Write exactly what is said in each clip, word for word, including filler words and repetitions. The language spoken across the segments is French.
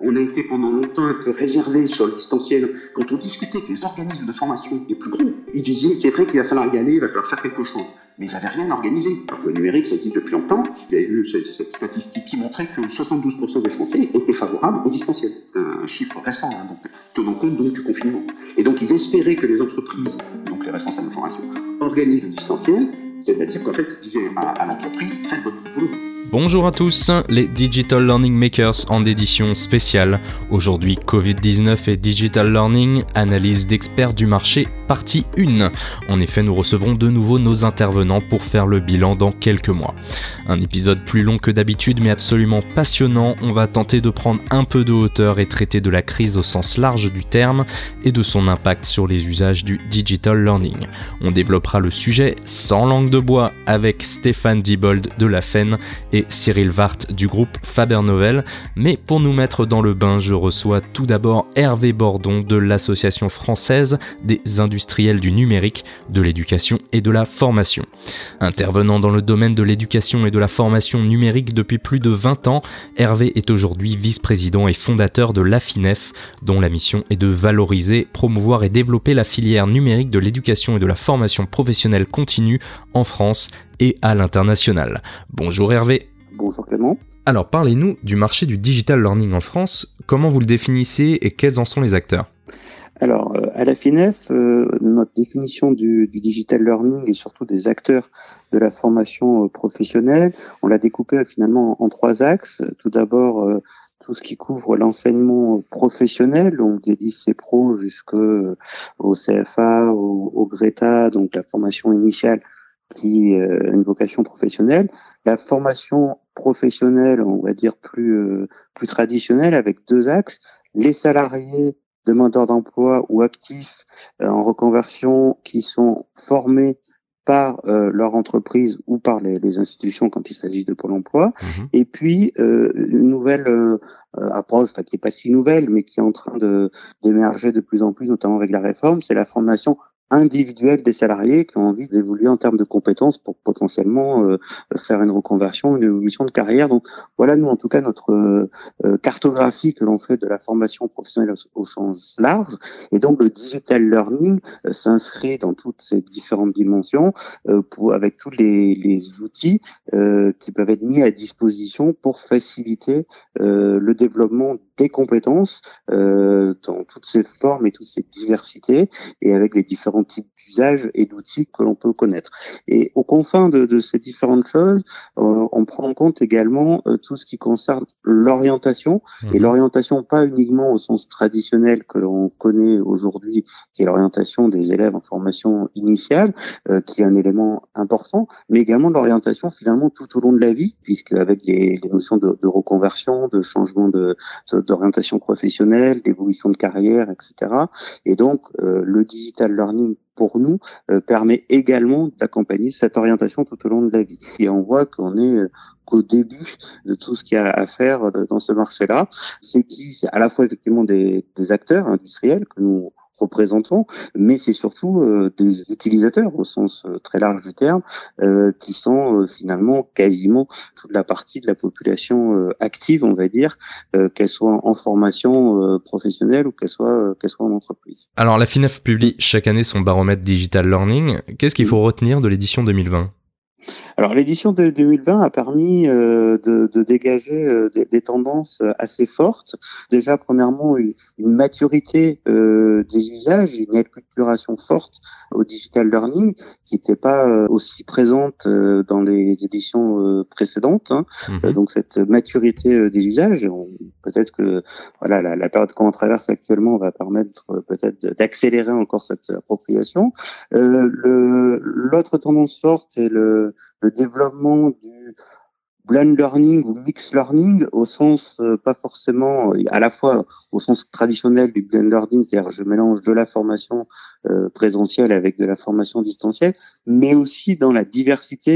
On a été pendant longtemps un peu réservé sur le distanciel. Quand on discutait avec les organismes de formation les plus gros, ils disaient c'est vrai qu'il va falloir y aller, il va falloir faire quelque chose. Mais ils n'avaient rien organisé. Alors, le numérique, ça existe depuis longtemps. Il y a eu cette, cette statistique qui montrait que soixante-douze pour cent des Français étaient favorables au distanciel. Un chiffre récent, hein, donc tenant compte donc du confinement. Et donc ils espéraient que les entreprises, donc les responsables de formation, organisent le distanciel, c'est-à-dire qu'en fait ils disaient à, à l'entreprise faites votre boulot. Bonjour à tous, les Digital Learning Makers en édition spéciale. Aujourd'hui, covid dix-neuf et Digital Learning, analyse d'experts du marché, partie un. En effet, nous recevrons de nouveau nos intervenants pour faire le bilan dans quelques mois. Un épisode plus long que d'habitude, mais absolument passionnant. On va tenter de prendre un peu de hauteur et traiter de la crise au sens large du terme et de son impact sur les usages du Digital Learning. On développera le sujet sans langue de bois avec Stéphane Diebold de la F E N et Cyril Vart du groupe Faber-Novel. Mais pour nous mettre dans le bain, je reçois tout d'abord Hervé Bordon de l'Association française des industriels du numérique, de l'éducation et de la formation. Intervenant dans le domaine de l'éducation et de la formation numérique depuis plus de vingt ans, Hervé est aujourd'hui vice-président et fondateur de l'Afinef, dont la mission est de valoriser, promouvoir et développer la filière numérique de l'éducation et de la formation professionnelle continue en France et à l'international. Bonjour Hervé. Bonjour Clément. Alors parlez-nous du marché du digital learning en France. Comment vous le définissez et quels en sont les acteurs ? Alors, euh, à l'Afinef, euh, notre définition du, du digital learning et surtout des acteurs de la formation euh, professionnelle, on l'a découpé euh, finalement en, en trois axes. Tout d'abord, euh, tout ce qui couvre l'enseignement professionnel, donc des lycées pro jusqu'au C F A, au, au Greta, donc la formation initiale qui euh, a une vocation professionnelle. La formation professionnelle, on va dire plus euh, plus traditionnelle, avec deux axes. Les salariés demandeurs d'emploi ou actifs euh, en reconversion qui sont formés par euh, leur entreprise ou par les, les institutions quand il s'agit de Pôle emploi. Mmh. Et puis, euh, une nouvelle euh, approche, enfin, qui n'est pas si nouvelle, mais qui est en train de d'émerger de plus en plus, notamment avec la réforme, c'est la formation individuelle des salariés qui ont envie d'évoluer en termes de compétences pour potentiellement euh, faire une reconversion, une évolution de carrière. Donc voilà, nous en tout cas notre euh, cartographie que l'on fait de la formation professionnelle au, au sens large. Et donc le digital learning euh, s'inscrit dans toutes ces différentes dimensions euh, pour, avec tous les, les outils euh, qui peuvent être mis à disposition pour faciliter euh, le développement des compétences euh, dans toutes ces formes et toutes ces diversités et avec les différents types d'usages et d'outils que l'on peut connaître. Et aux confins de, de ces différentes choses, euh, on prend en compte également euh, tout ce qui concerne l'orientation, mmh. et l'orientation pas uniquement au sens traditionnel que l'on connaît aujourd'hui, qui est l'orientation des élèves en formation initiale, euh, qui est un élément important, mais également l'orientation finalement tout au long de la vie, puisque avec les, les notions de, de reconversion, de changement de, de, d'orientation professionnelle, d'évolution de carrière, et cetera. Et donc, euh, le digital learning, pour nous, euh, permet également d'accompagner cette orientation tout au long de la vie. Et on voit qu'on est euh, qu'au début de tout ce qu'il y a à faire euh, dans ce marché-là. C'est qui, c'est à la fois effectivement des, des acteurs industriels que nous représentons, mais c'est surtout euh, des utilisateurs au sens euh, très large du terme, euh, qui sont euh, finalement quasiment toute la partie de la population euh, active, on va dire, euh, qu'elle soit en formation euh, professionnelle ou qu'elle soit euh, qu'elle soit en entreprise. Alors la Finef publie chaque année son baromètre Digital Learning. Qu'est-ce qu'il faut retenir de l'édition deux mille vingt ? Alors l'édition de deux mille vingt a permis euh, de, de dégager euh, des, des tendances assez fortes. Déjà, premièrement, une, une maturité euh, des usages, une acculturation forte au digital learning qui n'était pas euh, aussi présente euh, dans les éditions euh, précédentes. Hein. Mmh. Euh, donc cette maturité euh, des usages, on, peut-être que voilà la, la période qu'on traverse actuellement va permettre euh, peut-être d'accélérer encore cette appropriation. Euh, le, l'autre tendance forte est le le développement du blend learning ou mix learning au sens euh, pas forcément à la fois au sens traditionnel du blend learning, c'est-à-dire je mélange de la formation euh, présentielle avec de la formation distancielle, mais aussi dans la diversité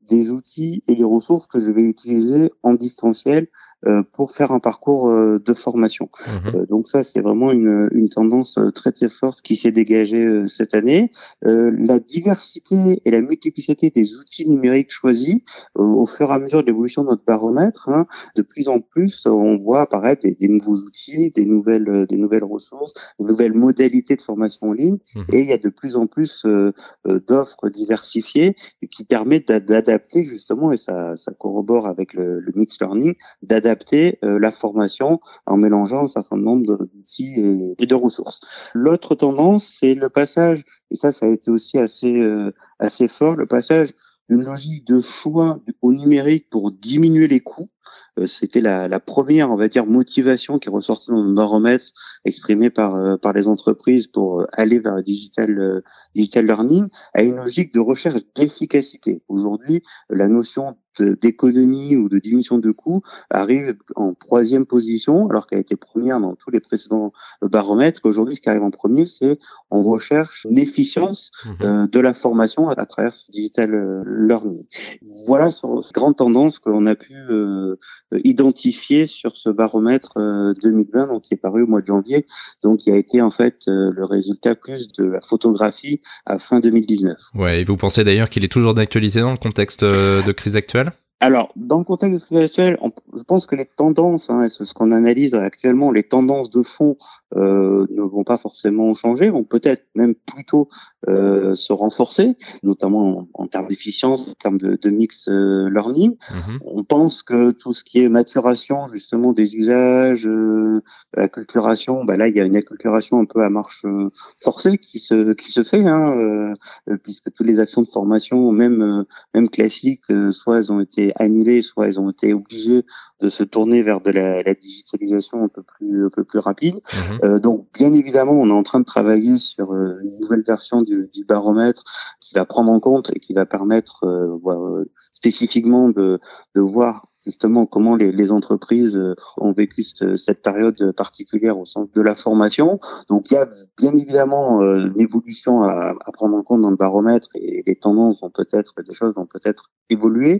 des outils et des ressources que je vais utiliser en distanciel euh, pour faire un parcours euh, de formation. Mmh. Euh, donc ça, c'est vraiment une, une tendance très très forte qui s'est dégagée euh, cette année. Euh, la diversité et la multiplicité des outils numériques choisis euh, au fur et à mesure de l'évolution de notre baromètre, hein, de plus en plus, on voit apparaître des, des nouveaux outils, des nouvelles, euh, des nouvelles ressources, des nouvelles modalités de formation en ligne, Mmh. et il y a de plus en plus euh, euh, d'offres diversifiées qui permettent d'adapter justement, et ça, ça corrobore avec le, le mixed learning, d'adapter euh, la formation en mélangeant un certain nombre d'outils et, et de ressources. L'autre tendance, c'est le passage, et ça, ça a été aussi assez, euh, assez fort, le passage d'une logique de choix au numérique pour diminuer les coûts. Euh, c'était la, la première, on va dire, motivation qui ressortait dans le baromètre exprimé par euh, par les entreprises pour euh, aller vers le digital euh, digital learning, à une logique de recherche d'efficacité. Aujourd'hui, la notion d'économie ou de diminution de coûts arrive en troisième position, alors qu'elle a été première dans tous les précédents baromètres. Aujourd'hui, ce qui arrive en premier, c'est on recherche une efficience Mmh. euh, de la formation à, à travers ce digital euh, learning. Voilà ces grandes tendances que l'on a pu euh, identifier sur ce baromètre euh, deux mille vingt, donc qui est paru au mois de janvier, donc qui a été en fait euh, le résultat plus de la photographie à fin deux mille dix-neuf. Ouais, et vous pensez d'ailleurs qu'il est toujours d'actualité dans le contexte euh, de crise actuelle ? Alors, dans le contexte de crise actuelle, on, je pense que les tendances, hein, c'est ce qu'on analyse actuellement, les tendances de fond euh, ne vont pas forcément changer, vont peut-être même plutôt euh, se renforcer, notamment en, en termes d'efficience, en termes de, de mix euh, learning. Mmh. On pense que tout ce qui est maturation, justement, des usages, euh, acculturation, bah là, il y a une acculturation un peu à marche euh, forcée qui se qui se fait, hein, euh, puisque toutes les actions de formation, même euh, même classiques, euh, soit elles ont été annulées, soit elles ont été obligées de se tourner vers de la, la digitalisation un peu plus un peu plus rapide. Mmh. Euh, donc, bien évidemment, on est en train de travailler sur euh, une nouvelle version du, du baromètre qui va prendre en compte et qui va permettre euh, voilà, spécifiquement de, de voir justement comment les, les entreprises ont vécu cette, cette période particulière au sens de la formation. Donc, il y a bien évidemment euh, une évolution à, à prendre en compte dans le baromètre et les tendances vont peut-être, des choses vont peut-être évoluer.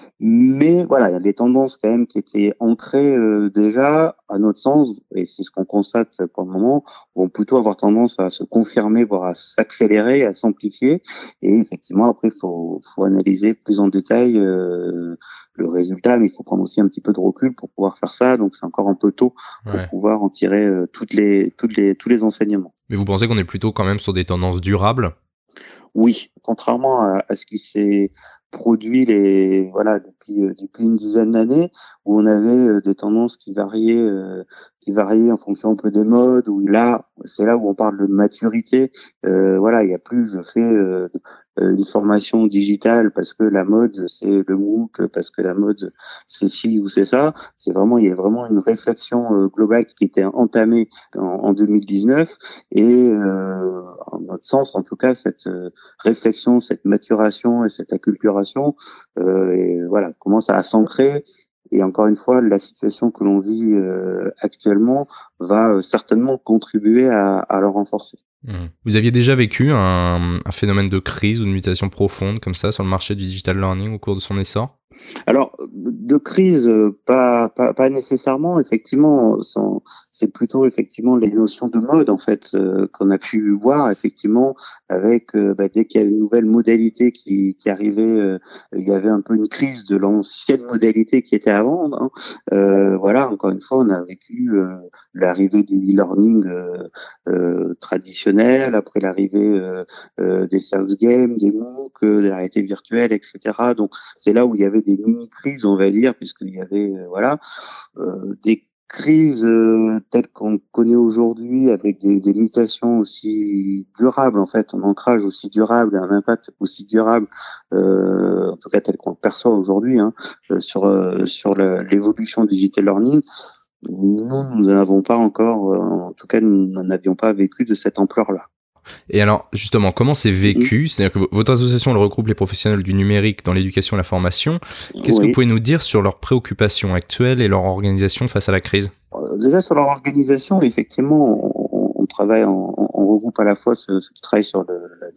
Mais voilà, il y a des tendances quand même qui étaient ancrées euh, déjà, à notre sens, et c'est ce qu'on constate pour le moment, vont plutôt avoir tendance à se confirmer, voire à s'accélérer, à s'amplifier. Et effectivement, après, il faut, faut analyser plus en détail euh, le résultat, mais il faut prendre aussi un petit peu de recul pour pouvoir faire ça. Donc, c'est encore un peu tôt pour Ouais. pouvoir en tirer euh, toutes les, toutes les, tous les enseignements. Mais vous pensez qu'on est plutôt quand même sur des tendances durables ? Oui, contrairement à, à ce qui s'est produit les voilà depuis euh, depuis une dizaine d'années où on avait euh, des tendances qui variaient euh, qui variaient en fonction un peu des modes, où là c'est là où on parle de maturité. Euh, voilà, il y a plus je fais euh, une formation digitale parce que la mode c'est le MOOC, parce que la mode c'est ci ou c'est ça. C'est vraiment il y a vraiment une réflexion euh, globale qui était entamée en, en deux mille dix-neuf et euh, en notre sens en tout cas cette euh, réflexion, cette maturation et cette acculturation euh, et voilà commence à s'ancrer. Et encore une fois, la situation que l'on vit euh, actuellement va euh, certainement contribuer à, à le renforcer. Mmh. Vous aviez déjà vécu un, un phénomène de crise ou de mutation profonde comme ça sur le marché du digital learning au cours de son essor ? Alors, de crise, pas, pas, pas nécessairement. Effectivement, sans, c'est plutôt effectivement les notions de mode en fait euh, qu'on a pu voir effectivement avec euh, bah, dès qu'il y a une nouvelle modalité qui, qui arrivait, euh, il y avait un peu une crise de l'ancienne modalité qui était avant. Hein. Euh, voilà, encore une fois, on a vécu euh, l'arrivée du e-learning euh, euh, traditionnel, après l'arrivée euh, euh, des service games, des MOOC, euh, de la réalité virtuelle, et cetera. Donc c'est là où il y avait des mini-crises, on va dire, puisqu'il y avait euh, voilà euh, des crises euh, telles qu'on connaît aujourd'hui, avec des, des mutations aussi durables, en fait, un ancrage aussi durable, un impact aussi durable, euh, en tout cas tel qu'on le perçoit aujourd'hui, hein, euh, sur euh, sur le, l'évolution du digital learning. Nous, nous n'avons pas encore, euh, en tout cas, nous n'en avions pas vécu de cette ampleur-là. Et alors, justement, comment c'est vécu ? C'est-à-dire que votre association, elle regroupe les professionnels du numérique dans l'éducation et la formation. Qu'est-ce Oui. que vous pouvez nous dire sur leurs préoccupations actuelles et leur organisation face à la crise ? Déjà, sur leur organisation, effectivement, on, on travaille, on, on regroupe à la fois ceux, ceux qui travaillent sur le,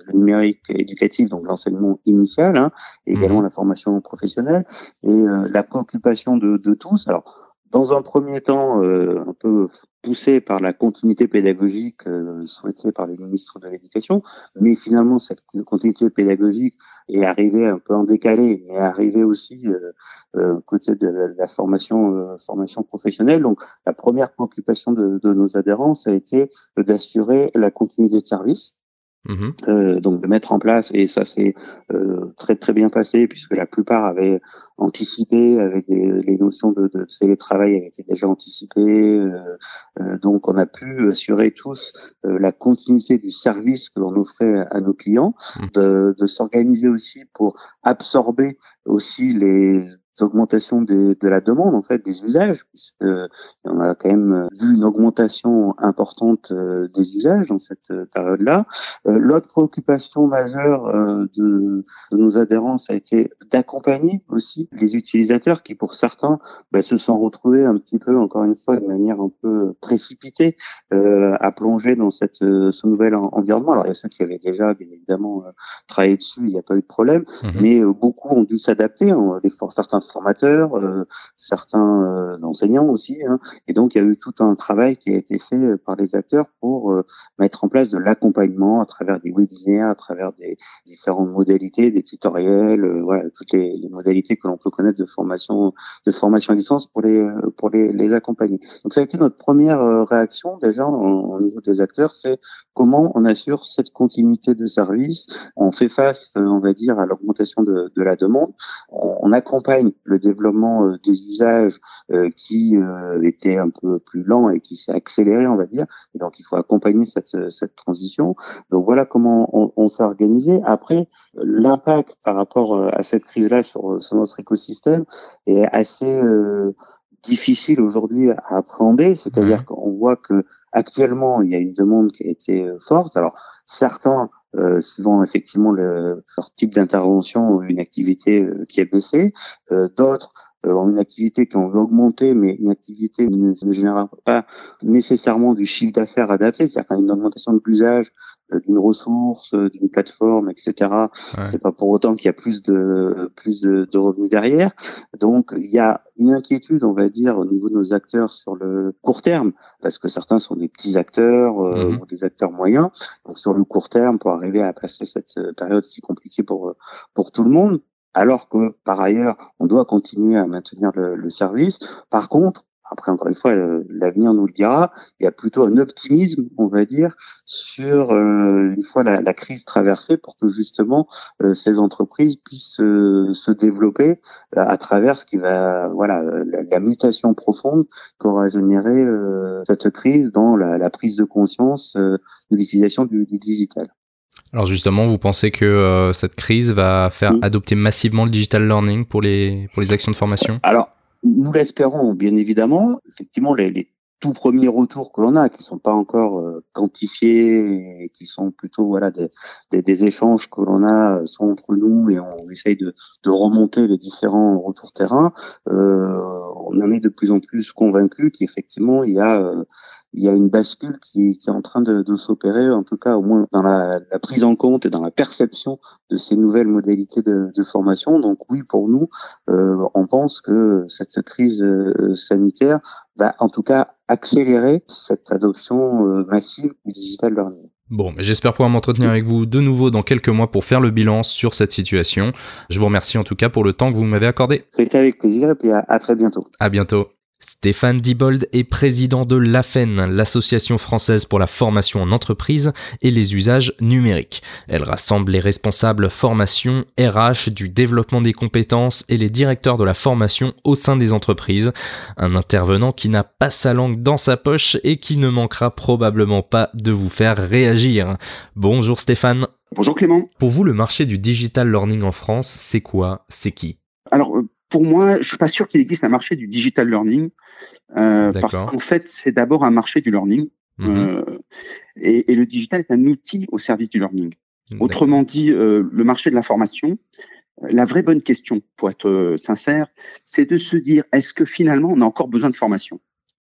le numérique éducatif, donc l'enseignement initial, hein, et également Mmh. la formation professionnelle, et euh, la préoccupation de, de tous. Alors, dans un premier temps, euh, un peu poussé par la continuité pédagogique euh, souhaitée par le ministre de l'Éducation, mais finalement cette continuité pédagogique est arrivée un peu en décalé, mais est arrivée aussi euh, euh, côté de la, de la formation euh, formation professionnelle. Donc la première préoccupation de, de nos adhérents, ça a été d'assurer la continuité de service. Mmh. Euh, donc de mettre en place, et ça s'est euh, très très bien passé puisque la plupart avaient anticipé avec des, les notions de, de télétravail avaient été déjà anticipées, euh, euh, donc on a pu assurer tous euh, la continuité du service que l'on offrait à, à nos clients, Mmh. de, de s'organiser aussi pour absorber aussi les augmentations des, de la demande en fait des usages, puisque on a quand même vu une augmentation importante euh, des usages dans cette euh, période-là. Euh, l'autre préoccupation majeure euh, de, de nos adhérents, ça a été d'accompagner aussi les utilisateurs qui, pour certains, bah, se sont retrouvés un petit peu, encore une fois, de manière un peu précipitée, euh, à plonger dans cette, euh, ce nouvel en- environnement. Alors, il y a ceux qui avaient déjà, bien évidemment, euh, travaillé dessus, il n'y a pas eu de problème, Mmh. mais euh, beaucoup ont dû s'adapter, hein, les, for- certains formateurs, euh, certains euh, enseignants aussi, hein, et donc il y a eu tout un travail qui a été fait euh, par les acteurs pour euh, mettre en place de l'accompagnement à travers des webinaires, à travers des différentes modalités, des tutoriels, euh, voilà, toutes les, les modalités que l'on peut connaître de formation, de formation à distance pour les euh, pour les, les accompagner. Donc ça a été notre première euh, réaction déjà au, au niveau des acteurs, c'est comment on assure cette continuité de service. On fait face, euh, on va dire, à l'augmentation de, de la demande. On, on accompagne le développement euh, des usages euh, qui euh, était un peu plus lent et qui s'est accéléré, on va dire. Et donc il faut accompagner cette cette transition. Donc voilà comment on, on s'est organisé. Après, l'impact par rapport euh, à cette crise-là sur, sur notre écosystème est assez euh, difficile aujourd'hui à appréhender. C'est-à-dire Ouais. qu'on voit que actuellement il y a une demande qui a été euh, forte. Alors certains euh, suivant effectivement le, leur type d'intervention ou une activité euh, qui a baissé, euh, d'autres euh, ont une activité qui ont augmenté, mais une activité ne, ne génère pas nécessairement du chiffre d'affaires adapté, c'est-à-dire qu'il y a une augmentation de l'usage euh, d'une ressource, euh, d'une plateforme, et cetera. Ouais. C'est pas pour autant qu'il y a plus de plus de, de revenus derrière. Donc il y a une inquiétude, on va dire, au niveau de nos acteurs sur le court terme, parce que certains sont des petits acteurs euh, Mmh. ou des acteurs moyens. Donc sur le court terme, pour arriver à passer cette euh, période qui est compliquée pour pour tout le monde, alors que par ailleurs, on doit continuer à maintenir le, le service. Par contre, après, encore une fois, le- l'avenir nous le dira. Il y a plutôt un optimisme, on va dire, sur euh, une fois la, la crise traversée, pour que justement euh, ces entreprises puissent euh, se développer euh, à travers ce qui va, voilà, la, la mutation profonde qu'aura généré euh, cette crise dans la, la prise de conscience euh, de l'utilisation du, du digital. Alors justement, vous pensez que euh, cette crise va faire Mm. adopter massivement le digital learning pour les pour les actions de formation? Alors, nous l'espérons, bien évidemment. Effectivement, les, les tout premiers retours que l'on a, qui sont pas encore euh, quantifiés, et qui sont plutôt voilà des, des, des échanges que l'on a euh, sont entre nous, et on essaye de, de remonter les différents retours terrain. Euh, on en est de plus en plus convaincus qu'effectivement il y a euh, il y a une bascule qui, qui est en train de, de s'opérer, en tout cas au moins dans la, la prise en compte et dans la perception de ces nouvelles modalités de, de formation. Donc oui, pour nous, euh, on pense que cette crise euh, sanitaire va en tout cas accélérer cette adoption euh, massive du digital learning. Bon, mais j'espère pouvoir m'entretenir avec vous de nouveau dans quelques mois pour faire le bilan sur cette situation. Je vous remercie en tout cas pour le temps que vous m'avez accordé. C'était avec plaisir et puis à, à très bientôt. À bientôt. Stéphane Diebold est président de l'A F E N, l'Association française pour la formation en entreprise et les usages numériques. Elle rassemble les responsables formation, R H, du développement des compétences et les directeurs de la formation au sein des entreprises. Un intervenant qui n'a pas sa langue dans sa poche et qui ne manquera probablement pas de vous faire réagir. Bonjour Stéphane. Bonjour Clément. Pour vous, le marché du digital learning en France, c'est quoi? C'est qui? Alors, euh, pour moi, je suis pas sûr qu'il existe un marché du digital learning, euh, parce D'accord. qu'en fait, c'est d'abord un marché du learning, Mhm. euh, et, et le digital est un outil au service du learning. D'accord. Autrement dit, euh, le marché de la formation, euh, la vraie bonne question, pour être euh, sincère, c'est de se dire, est-ce que finalement, on a encore besoin de formation?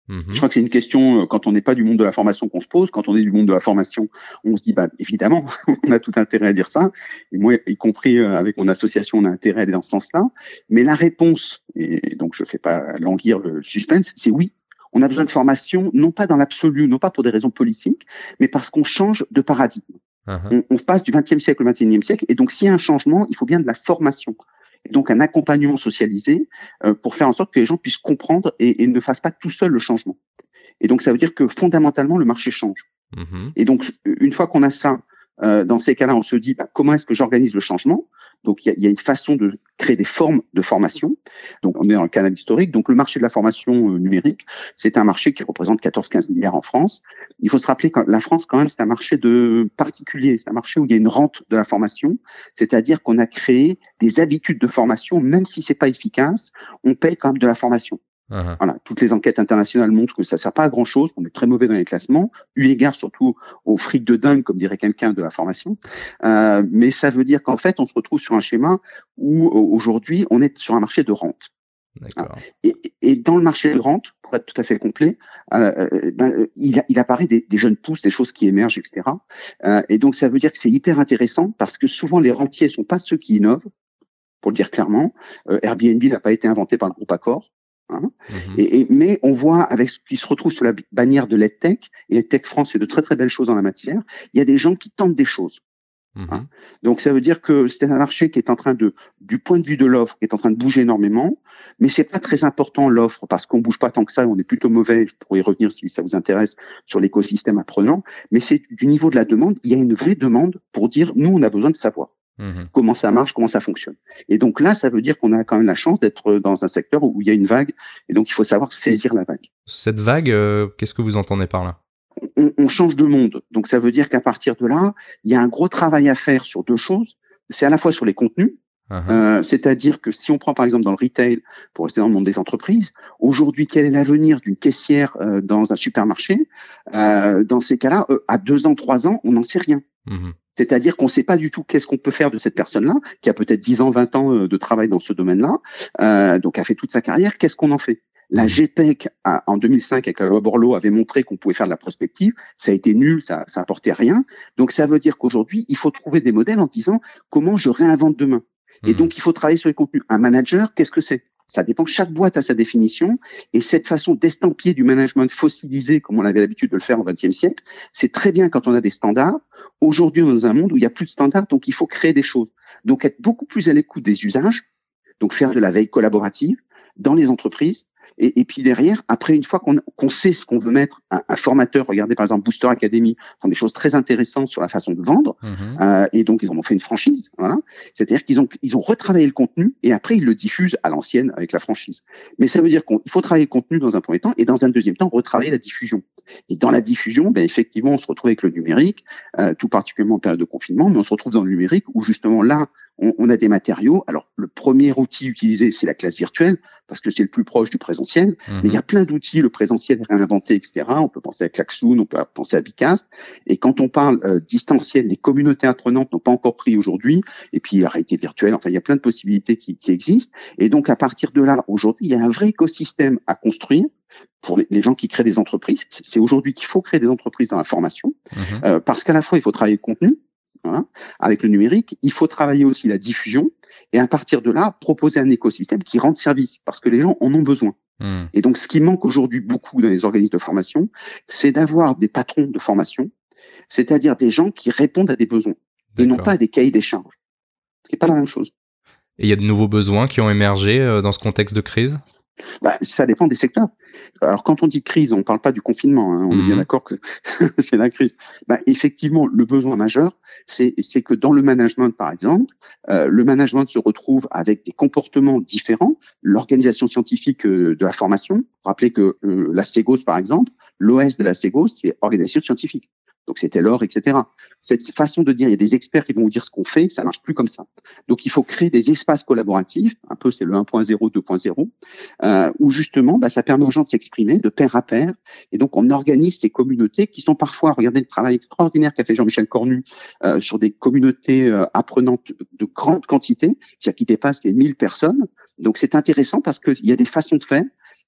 Mmh. Je crois que c'est une question, euh, quand on n'est pas du monde de la formation, qu'on se pose. Quand on est du monde de la formation, on se dit, bah, évidemment, on a tout intérêt à dire ça. Et moi, y compris euh, avec mon association, on a intérêt à aller dans ce sens-là. Mais la réponse, et donc je fais pas languir le suspense, c'est oui. On a besoin de formation, non pas dans l'absolu, non pas pour des raisons politiques, mais parce qu'on change de paradigme. Uh-huh. On, on passe du vingtième siècle au vingt et unième siècle. Et donc, s'il y a un changement, il faut bien de la formation. Et donc un accompagnement socialisé euh, pour faire en sorte que les gens puissent comprendre et, et ne fassent pas tout seul le changement. Et donc ça veut dire que fondamentalement le marché change. Mmh. Et donc une fois qu'on a ça, euh, dans ces cas-là, on se dit bah, comment est-ce que j'organise le changement. Donc il y a, y a une façon de créer des formes de formation. Donc on est dans le canal historique. Donc le marché de la formation euh, numérique, c'est un marché qui représente quatorze à quinze milliards en France. Il faut se rappeler que la France quand même c'est un marché de particulier, c'est un marché où il y a une rente de la formation, c'est-à-dire qu'on a créé des habitudes de formation, même si c'est pas efficace, on paye quand même de la formation. Uh-huh. Voilà, toutes les enquêtes internationales montrent que ça sert pas à grand chose, qu'on est très mauvais dans les classements, eu égard surtout au fric de dingue, comme dirait quelqu'un de la formation. Euh, mais ça veut dire qu'en fait, on se retrouve sur un schéma où aujourd'hui, on est sur un marché de rente. D'accord. Et, et dans le marché de rente, pour être tout à fait complet, euh, ben, il, il apparaît des, des jeunes pousses, des choses qui émergent, et cetera. Euh, et donc, ça veut dire que c'est hyper intéressant parce que souvent, les rentiers sont pas ceux qui innovent, pour le dire clairement. Euh, Airbnb n'a pas été inventé par le groupe Accor. Hein. Mmh. Et, et, mais on voit avec ce qui se retrouve sous la bannière de l'EdTech, et EdTech France fait de très très belles choses en la matière, il y a des gens qui tentent des choses. Mmh. Hein. Donc ça veut dire que c'est un marché qui est en train de, du point de vue de l'offre, qui est en train de bouger énormément, mais c'est pas très important l'offre parce qu'on bouge pas tant que ça, on est plutôt mauvais, je pourrais y revenir si ça vous intéresse sur l'écosystème apprenant, mais c'est du niveau de la demande, il y a une vraie demande pour dire nous on a besoin de savoir. Mmh. Comment ça marche, comment ça fonctionne. Et donc là, ça veut dire qu'on a quand même la chance d'être dans un secteur où il y a une vague, et donc il faut savoir saisir la vague. Cette vague, euh, qu'est-ce que vous entendez par là ? on, on change de monde, donc ça veut dire qu'à partir de là, il y a un gros travail à faire sur deux choses. C'est à la fois sur les contenus, uh-huh. euh, c'est-à-dire que si on prend par exemple dans le retail, pour rester dans le monde des entreprises, aujourd'hui, quel est l'avenir d'une caissière euh, dans un supermarché ? euh, Dans ces cas-là, euh, à deux ans, trois ans, on n'en sait rien. Uh-huh. C'est-à-dire qu'on ne sait pas du tout qu'est-ce qu'on peut faire de cette personne-là, qui a peut-être dix ans, vingt ans de travail dans ce domaine-là, euh, donc a fait toute sa carrière, qu'est-ce qu'on en fait ? La G P E C, a, en deux mille cinq, avec la loi Borloo, avait montré qu'on pouvait faire de la prospective. Ça a été nul, ça, ça apportait rien. Donc, ça veut dire qu'aujourd'hui, il faut trouver des modèles en disant comment je réinvente demain. Et donc, il faut travailler sur les contenus. Un manager, qu'est-ce que c'est ? Ça dépend. Chaque boîte a sa définition. Et cette façon d'estampiller du management fossilisé, comme on avait l'habitude de le faire au vingtième siècle, c'est très bien quand on a des standards. Aujourd'hui, on est dans un monde où il n'y a plus de standards, donc il faut créer des choses. Donc, être beaucoup plus à l'écoute des usages. Donc, faire de la veille collaborative dans les entreprises. Et, et puis derrière, après, une fois qu'on qu'on sait ce qu'on veut mettre, un, un formateur, regardez par exemple Booster Academy, font des choses très intéressantes sur la façon de vendre, mmh. euh, et donc ils en ont fait une franchise, voilà. C'est-à-dire qu'ils ont ils ont retravaillé le contenu et après ils le diffusent à l'ancienne avec la franchise. Mais ça veut dire qu'il faut travailler le contenu dans un premier temps et dans un deuxième temps retravailler la diffusion. Et dans la diffusion, ben effectivement, on se retrouve avec le numérique, euh, tout particulièrement en période de confinement, mais on se retrouve dans le numérique où justement là, on, on a des matériaux. Alors le premier outil utilisé, c'est la classe virtuelle parce que c'est le plus proche du présentiel. Mmh. Mais il y a plein d'outils, le présentiel est réinventé, et cetera. On peut penser à Klaxoon, on peut penser à Bicast. Et quand on parle euh, distanciel, les communautés apprenantes n'ont pas encore pris aujourd'hui. Et puis la réalité virtuelle, enfin, il y a plein de possibilités qui, qui existent. Et donc, à partir de là, aujourd'hui, il y a un vrai écosystème à construire pour les, les gens qui créent des entreprises. C'est aujourd'hui qu'il faut créer des entreprises dans la formation. Mmh. Euh, parce qu'à la fois, il faut travailler le contenu. Voilà. Avec le numérique, il faut travailler aussi la diffusion et à partir de là, proposer un écosystème qui rende service parce que les gens en ont besoin. Mmh. Et donc, ce qui manque aujourd'hui beaucoup dans les organismes de formation, c'est d'avoir des patrons de formation, c'est-à-dire des gens qui répondent à des besoins et non pas à des cahiers des charges. Ce qui n'est pas la même chose. Et il y a de nouveaux besoins qui ont émergé dans ce contexte de crise ? Bah, ça dépend des secteurs. Alors, quand on dit crise, on ne parle pas du confinement. Hein, on mmh. est bien d'accord que c'est la crise. Bah, effectivement, le besoin majeur, c'est, c'est que dans le management, par exemple, euh, le management se retrouve avec des comportements différents. L'organisation scientifique euh, de la formation, rappelez que euh, la Ségos, par exemple, l'O S de la Ségos, c'est organisation scientifique. Donc, c'était l'or, et cetera. Cette façon de dire, il y a des experts qui vont vous dire ce qu'on fait, ça marche plus comme ça. Donc, il faut créer des espaces collaboratifs, un peu c'est le un point zéro, deux point zéro, euh, où justement, bah, ça permet aux gens de s'exprimer de pair à pair. Et donc, on organise ces communautés qui sont parfois, regardez le travail extraordinaire qu'a fait Jean-Michel Cornu euh, sur des communautés euh, apprenantes de grande quantité, c'est-à-dire qui dépassent les mille personnes. Donc, c'est intéressant parce qu'il y a des façons de faire.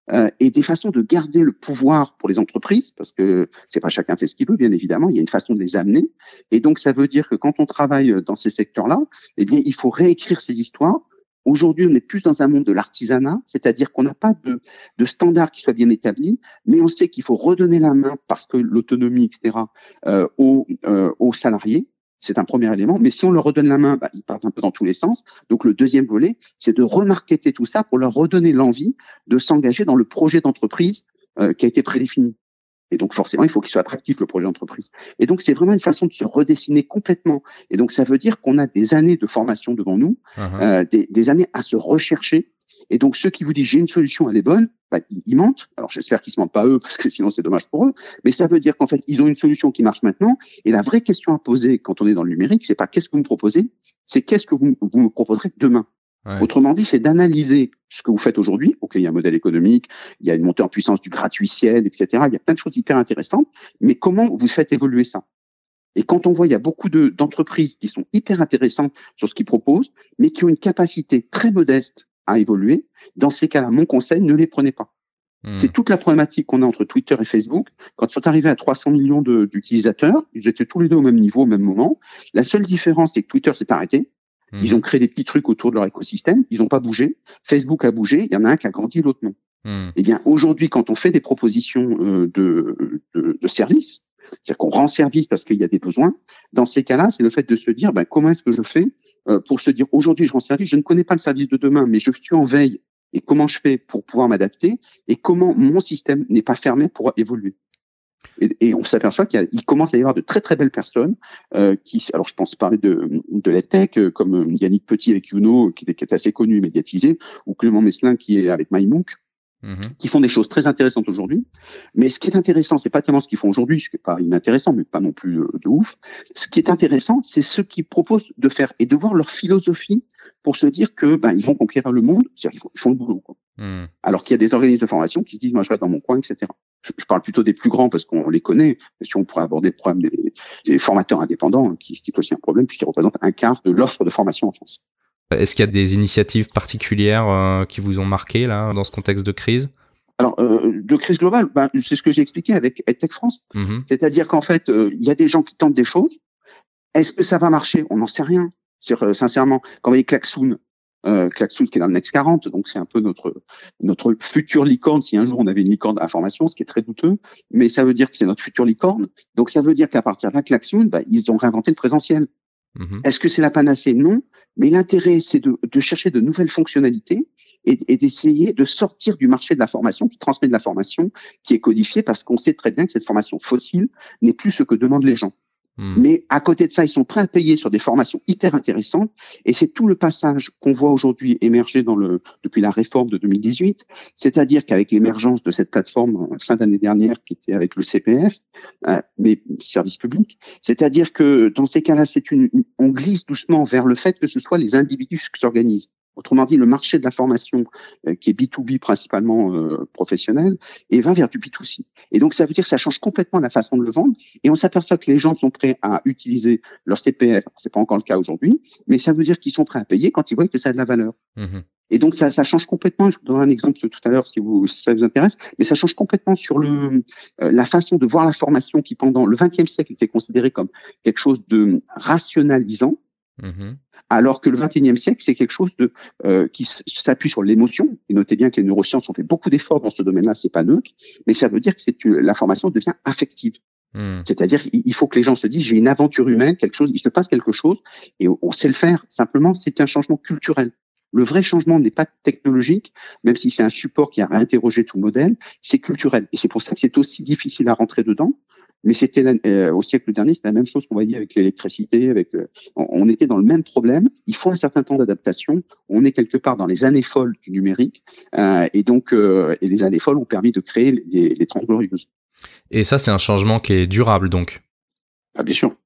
euh, et des façons de garder le pouvoir pour les entreprises, parce que c'est pas chacun fait ce qu'il veut, bien évidemment, il y a une façon de les amener. Et donc, ça veut dire que quand on travaille dans ces secteurs-là, eh bien, il faut réécrire ces histoires. Aujourd'hui, on est plus dans un monde de l'artisanat, c'est-à-dire qu'on n'a pas de, de standard qui soit bien établi, mais on sait qu'il faut redonner la main parce que l'autonomie, et cetera, euh, aux, euh, aux salariés. C'est un premier élément. Mais si on leur redonne la main, bah, ils partent un peu dans tous les sens. Donc, le deuxième volet, c'est de remarketer tout ça pour leur redonner l'envie de s'engager dans le projet d'entreprise euh, qui a été prédéfini. Et donc, forcément, il faut qu'il soit attractif, le projet d'entreprise. Et donc, c'est vraiment une façon de se redessiner complètement. Et donc, ça veut dire qu'on a des années de formation devant nous, uh-huh. euh, des, des années à se rechercher. Et donc, ceux qui vous disent « j'ai une solution, elle est bonne bah, », ils, ils mentent. Alors, j'espère qu'ils ne se mentent pas eux, parce que sinon, c'est dommage pour eux. Mais ça veut dire qu'en fait, ils ont une solution qui marche maintenant. Et la vraie question à poser quand on est dans le numérique, c'est pas « qu'est-ce que vous me proposez ?» c'est « qu'est-ce que vous, vous me proposerez demain ?» Ouais. Autrement dit, c'est d'analyser ce que vous faites aujourd'hui. Ok, il y a un modèle économique, il y a une montée en puissance du gratuitiel, et cetera. Il y a plein de choses hyper intéressantes. Mais comment vous faites évoluer ça? Et quand on voit, il y a beaucoup de, d'entreprises qui sont hyper intéressantes sur ce qu'ils proposent, mais qui ont une capacité très modeste à évoluer. Dans ces cas-là, mon conseil, ne les prenez pas. Mmh. C'est toute la problématique qu'on a entre Twitter et Facebook. Quand ils sont arrivés à trois cents millions de, d'utilisateurs, ils étaient tous les deux au même niveau, au même moment. La seule différence, c'est que Twitter s'est arrêté. Ils ont créé des petits trucs autour de leur écosystème. Ils n'ont pas bougé. Facebook a bougé. Il y en a un qui a grandi, l'autre non. Mmh. Eh bien, aujourd'hui, quand on fait des propositions euh, de, de, de services, c'est-à-dire qu'on rend service parce qu'il y a des besoins, dans ces cas-là, c'est le fait de se dire, ben, comment est-ce que je fais euh, pour se dire, aujourd'hui, je rends service, je ne connais pas le service de demain, mais je suis en veille. Et comment je fais pour pouvoir m'adapter? Et comment mon système n'est pas fermé pour évoluer? Et, et on s'aperçoit qu'il y a, il commence à y avoir de très très belles personnes euh, qui, alors je pense parler de de la tech euh, comme Yannick Petit avec Youno qui, qui est assez connu et médiatisé, ou Clément Messelin qui est avec MyMonk, mm-hmm. qui font des choses très intéressantes aujourd'hui. Mais ce qui est intéressant, c'est pas tellement ce qu'ils font aujourd'hui, ce qui est pas inintéressant, mais pas non plus euh, de ouf. Ce qui est intéressant, c'est ce qu'ils proposent de faire et de voir leur philosophie pour se dire que ben ils vont conquérir le monde, c'est-à-dire qu'ils font, ils font le boulot, quoi. Mm. Alors qu'il y a des organismes de formation qui se disent moi je reste dans mon coin, et cetera. Je, je parle plutôt des plus grands parce qu'on les connaît. Si on pourrait aborder le problème des, des formateurs indépendants, qui, qui est aussi un problème puisqu'ils représentent un quart de l'offre de formation en France. Est-ce qu'il y a des initiatives particulières euh, qui vous ont marqué là dans ce contexte de crise? Alors, euh, de crise globale, ben, c'est ce que j'ai expliqué avec EdTech France. Mm-hmm. C'est-à-dire qu'en fait, il euh, y a des gens qui tentent des choses. Est-ce que ça va marcher? On n'en sait rien. C'est, euh, sincèrement, quand vous voyez Klaxoon, euh, Klaxoon qui est dans le Next quarante, donc c'est un peu notre notre future licorne. Si un jour on avait une licorne d'information, ce qui est très douteux, mais ça veut dire que c'est notre future licorne. Donc ça veut dire qu'à partir de là, Klaxoon, bah, ils ont réinventé le présentiel. Mmh. Est-ce que c'est la panacée? Non. Mais l'intérêt, c'est de, de chercher de nouvelles fonctionnalités et, et d'essayer de sortir du marché de la formation qui transmet de la formation qui est codifiée, parce qu'on sait très bien que cette formation fossile n'est plus ce que demandent les gens. Mmh. Mais à côté de ça, ils sont prêts à payer sur des formations hyper intéressantes, et c'est tout le passage qu'on voit aujourd'hui émerger dans le depuis la réforme de deux mille dix-huit, c'est-à-dire qu'avec l'émergence de cette plateforme fin d'année dernière qui était avec le C P F, euh, mais service public, c'est-à-dire que dans ces cas-là, c'est une, on glisse doucement vers le fait que ce soit les individus qui s'organisent. Autrement dit, le marché de la formation, euh, qui est B deux B principalement euh, professionnel, et va vers du B deux C. Et donc, ça veut dire que ça change complètement la façon de le vendre. Et on s'aperçoit que les gens sont prêts à utiliser leur C P F. C'est pas encore le cas aujourd'hui, mais ça veut dire qu'ils sont prêts à payer quand ils voient que ça a de la valeur. Mmh. Et donc, ça, ça change complètement. Je vous donnerai un exemple tout à l'heure si, vous, si ça vous intéresse. Mais ça change complètement sur le euh, la façon de voir la formation qui, pendant le vingtième siècle, était considérée comme quelque chose de rationalisant. Mmh. Alors que le vingt et unième siècle, c'est quelque chose de euh, qui s'appuie sur l'émotion. Et notez bien que les neurosciences ont fait beaucoup d'efforts dans ce domaine-là, c'est pas neutre, mais ça veut dire que c'est la formation devient affective. Mmh. C'est-à-dire il faut que les gens se disent j'ai une aventure humaine, quelque chose, il se passe quelque chose, et on sait le faire. Simplement, c'est un changement culturel. Le vrai changement n'est pas technologique, même si c'est un support qui a réinterrogé tout le modèle, c'est culturel. Et c'est pour ça que c'est aussi difficile à rentrer dedans. Mais c'était euh, au siècle dernier, c'était la même chose qu'on voyait avec l'électricité. Avec, euh, on, on était dans le même problème. Il faut un certain temps d'adaptation. On est quelque part dans les années folles du numérique, euh, et donc euh, et les années folles ont permis de créer les, les trente glorieuses. Et ça, c'est un changement qui est durable, donc. Ah, bien sûr. De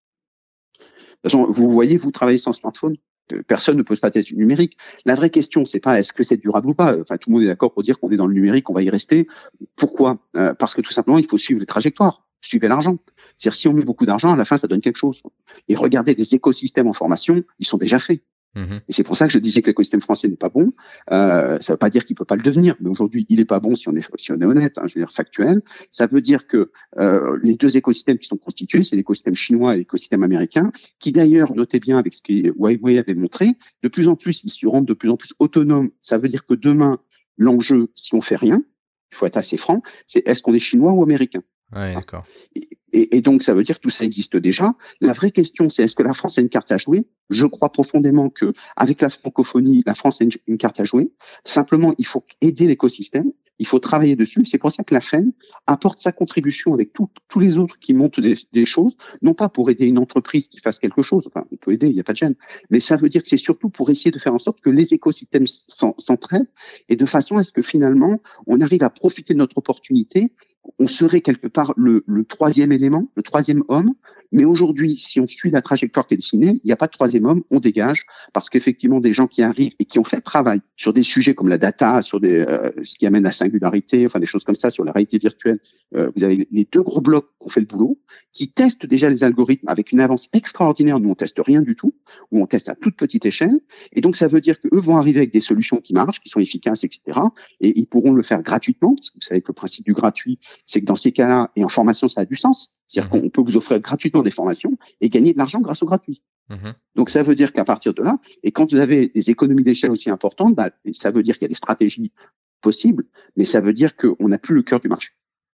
toute façon, vous voyez, vous travaillez sans smartphone. Personne ne peut se passer du numérique. La vraie question, c'est pas est-ce que c'est durable ou pas. Enfin, tout le monde est d'accord pour dire qu'on est dans le numérique, on va y rester. Pourquoi? euh, Parce que tout simplement, il faut suivre les trajectoires. Suivez l'argent. C'est-à-dire, si on met beaucoup d'argent, à la fin, ça donne quelque chose. Et regardez des écosystèmes en formation, ils sont déjà faits. Mmh. Et c'est pour ça que je disais que l'écosystème français n'est pas bon. Euh, ça ne veut pas dire qu'il ne peut pas le devenir, mais aujourd'hui, il n'est pas bon si on est, si on est honnête, hein, je veux dire factuel. Ça veut dire que euh, les deux écosystèmes qui sont constitués, c'est l'écosystème chinois et l'écosystème américain, qui d'ailleurs, notez bien avec ce que Huawei avait montré, de plus en plus, ils se rendent de plus en plus autonomes. Ça veut dire que demain, l'enjeu, si on fait rien, il faut être assez franc, c'est est-ce qu'on est chinois ou américain? Ouais, d'accord. Et, et, et donc, ça veut dire que tout ça existe déjà. La vraie question, c'est est-ce que la France a une carte à jouer? Je crois profondément que, avec la francophonie, la France a une, une carte à jouer. Simplement, il faut aider l'écosystème. Il faut travailler dessus. C'est pour ça que la F E N apporte sa contribution avec tout, tous les autres qui montent des, des choses, non pas pour aider une entreprise qui fasse quelque chose. Enfin, on peut aider, il n'y a pas de gêne. Mais ça veut dire que c'est surtout pour essayer de faire en sorte que les écosystèmes s'entraident et de façon à ce que finalement, on arrive à profiter de notre opportunité. On serait quelque part le, le troisième élément, le troisième homme. Mais aujourd'hui, si on suit la trajectoire qui est dessinée, il n'y a pas de troisième homme, on dégage, parce qu'effectivement, des gens qui arrivent et qui ont fait le travail sur des sujets comme la data, sur des, euh, ce qui amène la singularité, enfin des choses comme ça, sur la réalité virtuelle, euh, vous avez les deux gros blocs qui ont fait le boulot, qui testent déjà les algorithmes avec une avance extraordinaire. Nous, on teste rien du tout, ou on teste à toute petite échelle. Et donc, ça veut dire qu'eux vont arriver avec des solutions qui marchent, qui sont efficaces, et cetera. Et ils pourront le faire gratuitement, parce que vous savez que le principe du gratuit, c'est que dans ces cas-là, et en formation, ça a du sens. C'est-à-dire mmh. qu'on peut vous offrir gratuitement des formations et gagner de l'argent grâce au gratuit. Mmh. Donc, ça veut dire qu'à partir de là, et quand vous avez des économies d'échelle aussi importantes, bah, ça veut dire qu'il y a des stratégies possibles, mais ça veut dire qu'on n'a plus le cœur du marché.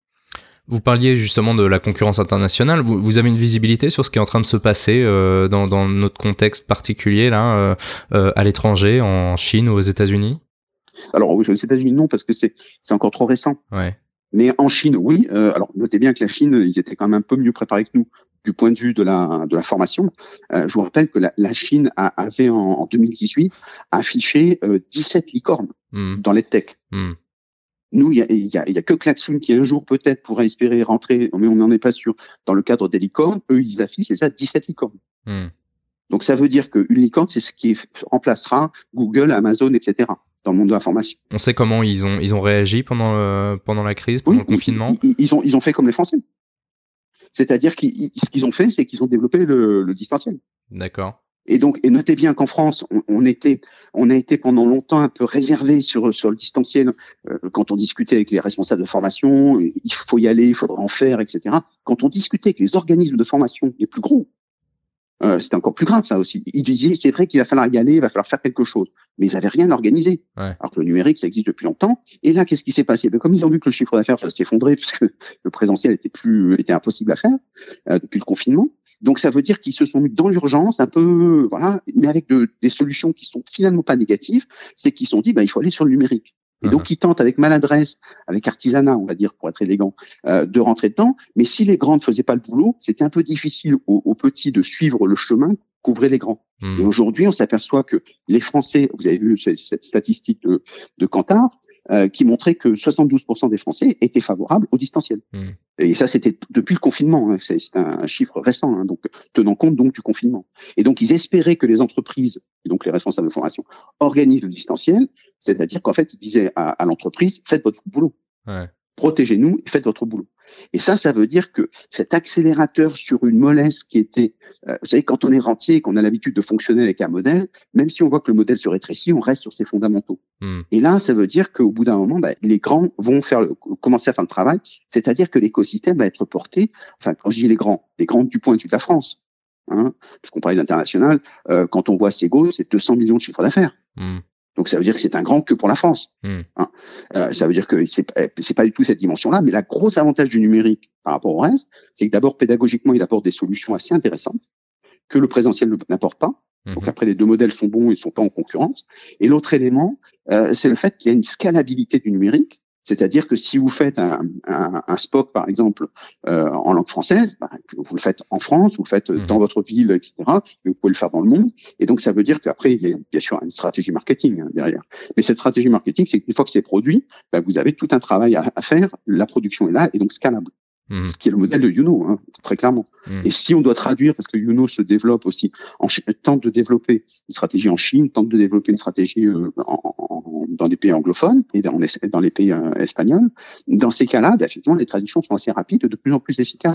Vous parliez justement de la concurrence internationale. Vous, vous avez une visibilité sur ce qui est en train de se passer euh, dans, dans notre contexte particulier, là, euh, euh, à l'étranger, en Chine ou aux États-Unis? Alors, aux États-Unis, non, parce que c'est, c'est encore trop récent. Ouais. Mais en Chine, oui. Euh, alors, notez bien que la Chine, ils étaient quand même un peu mieux préparés que nous du point de vue de la de la formation. Euh, je vous rappelle que la, la Chine a, avait en, en deux mille dix-huit affiché euh, dix-sept licornes mmh. dans les tech. Mmh. Nous, il y a, y, a, y a que Klaxoon qui un jour peut-être pourrait espérer rentrer, mais on n'en est pas sûr, dans le cadre des licornes. Eux, ils affichent déjà dix-sept licornes. Mmh. Donc, ça veut dire qu'une licorne, c'est ce qui remplacera Google, Amazon, et cetera dans le monde de la formation. On sait comment ils ont ils ont réagi pendant le, pendant la crise, pendant oui, le confinement. Ils, ils, ils ont ils ont fait comme les Français. C'est-à-dire qu'ils ce qu'ils ont fait, c'est qu'ils ont développé le, le distanciel. D'accord. Et donc, et notez bien qu'en France, on, on était, on a été pendant longtemps un peu réservé sur sur le distanciel. Euh, quand on discutait avec les responsables de formation, il faut y aller, il faudra en faire, et cetera. Quand on discutait avec les organismes de formation les plus gros, euh, c'était encore plus grave ça aussi. Ils disaient c'est vrai qu'il va falloir y aller, il va falloir faire quelque chose, mais ils avaient rien organisé. Ouais. Alors que le numérique, ça existe depuis longtemps. Et là, qu'est-ce qui s'est passé? Ben, comme ils ont vu que le chiffre d'affaires s'effondrait puisque le présentiel était plus, était impossible à faire euh, depuis le confinement. Donc ça veut dire qu'ils se sont mis dans l'urgence, un peu, voilà, mais avec de, des solutions qui sont finalement pas négatives. C'est qu'ils se sont dit, ben il faut aller sur le numérique. Et uh-huh. donc, ils tentent avec maladresse, avec artisanat, on va dire, pour être élégant, euh, de rentrer dedans. Mais si les grands ne faisaient pas le boulot, c'était un peu difficile aux, aux petits de suivre le chemin qu'ouvraient les grands. Mmh. Et aujourd'hui, on s'aperçoit que les Français, vous avez vu cette, cette statistique de, de Kantar, euh, qui montrait que soixante-douze pour cent des Français étaient favorables au distanciel. Mmh. Et ça, c'était depuis le confinement. Hein, c'est, c'est un chiffre récent, hein, donc tenant compte donc du confinement. Et donc, ils espéraient que les entreprises, et donc les responsables de formation, organisent le distanciel, c'est-à-dire qu'en fait, ils disaient à, à l'entreprise, faites votre boulot. Ouais. Protégez-nous et faites votre boulot. Et ça, ça veut dire que cet accélérateur sur une mollesse qui était, euh, vous savez, quand on est rentier et qu'on a l'habitude de fonctionner avec un modèle, même si on voit que le modèle se rétrécit, on reste sur ses fondamentaux. Mm. Et là, ça veut dire qu'au bout d'un moment, bah, les grands vont faire le, commencer à faire le travail, c'est-à-dire que l'écosystème va être porté, enfin, quand je dis les grands, les grands du point de vue de la France, hein, puisqu'on parlait d'international, euh, quand on voit Sego, c'est deux cents millions de chiffre d'affaires. Mm. Donc ça veut dire que c'est un grand que pour la France. Mmh. Hein. Euh, ça veut dire que c'est, c'est pas du tout cette dimension-là, mais la grosse avantage du numérique par rapport au reste, c'est que d'abord pédagogiquement, il apporte des solutions assez intéressantes que le présentiel n'apporte pas. Mmh. Donc après, les deux modèles sont bons, ils sont pas en concurrence. Et l'autre élément, euh, c'est le fait qu'il y a une scalabilité du numérique. C'est-à-dire que si vous faites un, un, un Spock, par exemple, euh, en langue française, bah, vous le faites en France, vous le faites mmh. dans votre ville, et cetera. Vous pouvez le faire dans le monde. Et donc, ça veut dire qu'après, il y a bien sûr une stratégie marketing hein, derrière. Mais cette stratégie marketing, c'est qu'une fois que c'est produit, bah, vous avez tout un travail à, à faire. La production est là et donc scalable. Mmh. Ce qui est le modèle de Youno, hein, très clairement. Mmh. Et si on doit traduire, parce que Youno se développe aussi, en, tente de développer une stratégie en Chine, tente de développer une stratégie euh, en, en, dans des pays anglophones et dans, dans les pays euh, espagnols, dans ces cas-là, bah, effectivement, les traductions sont assez rapides et de plus en plus efficaces.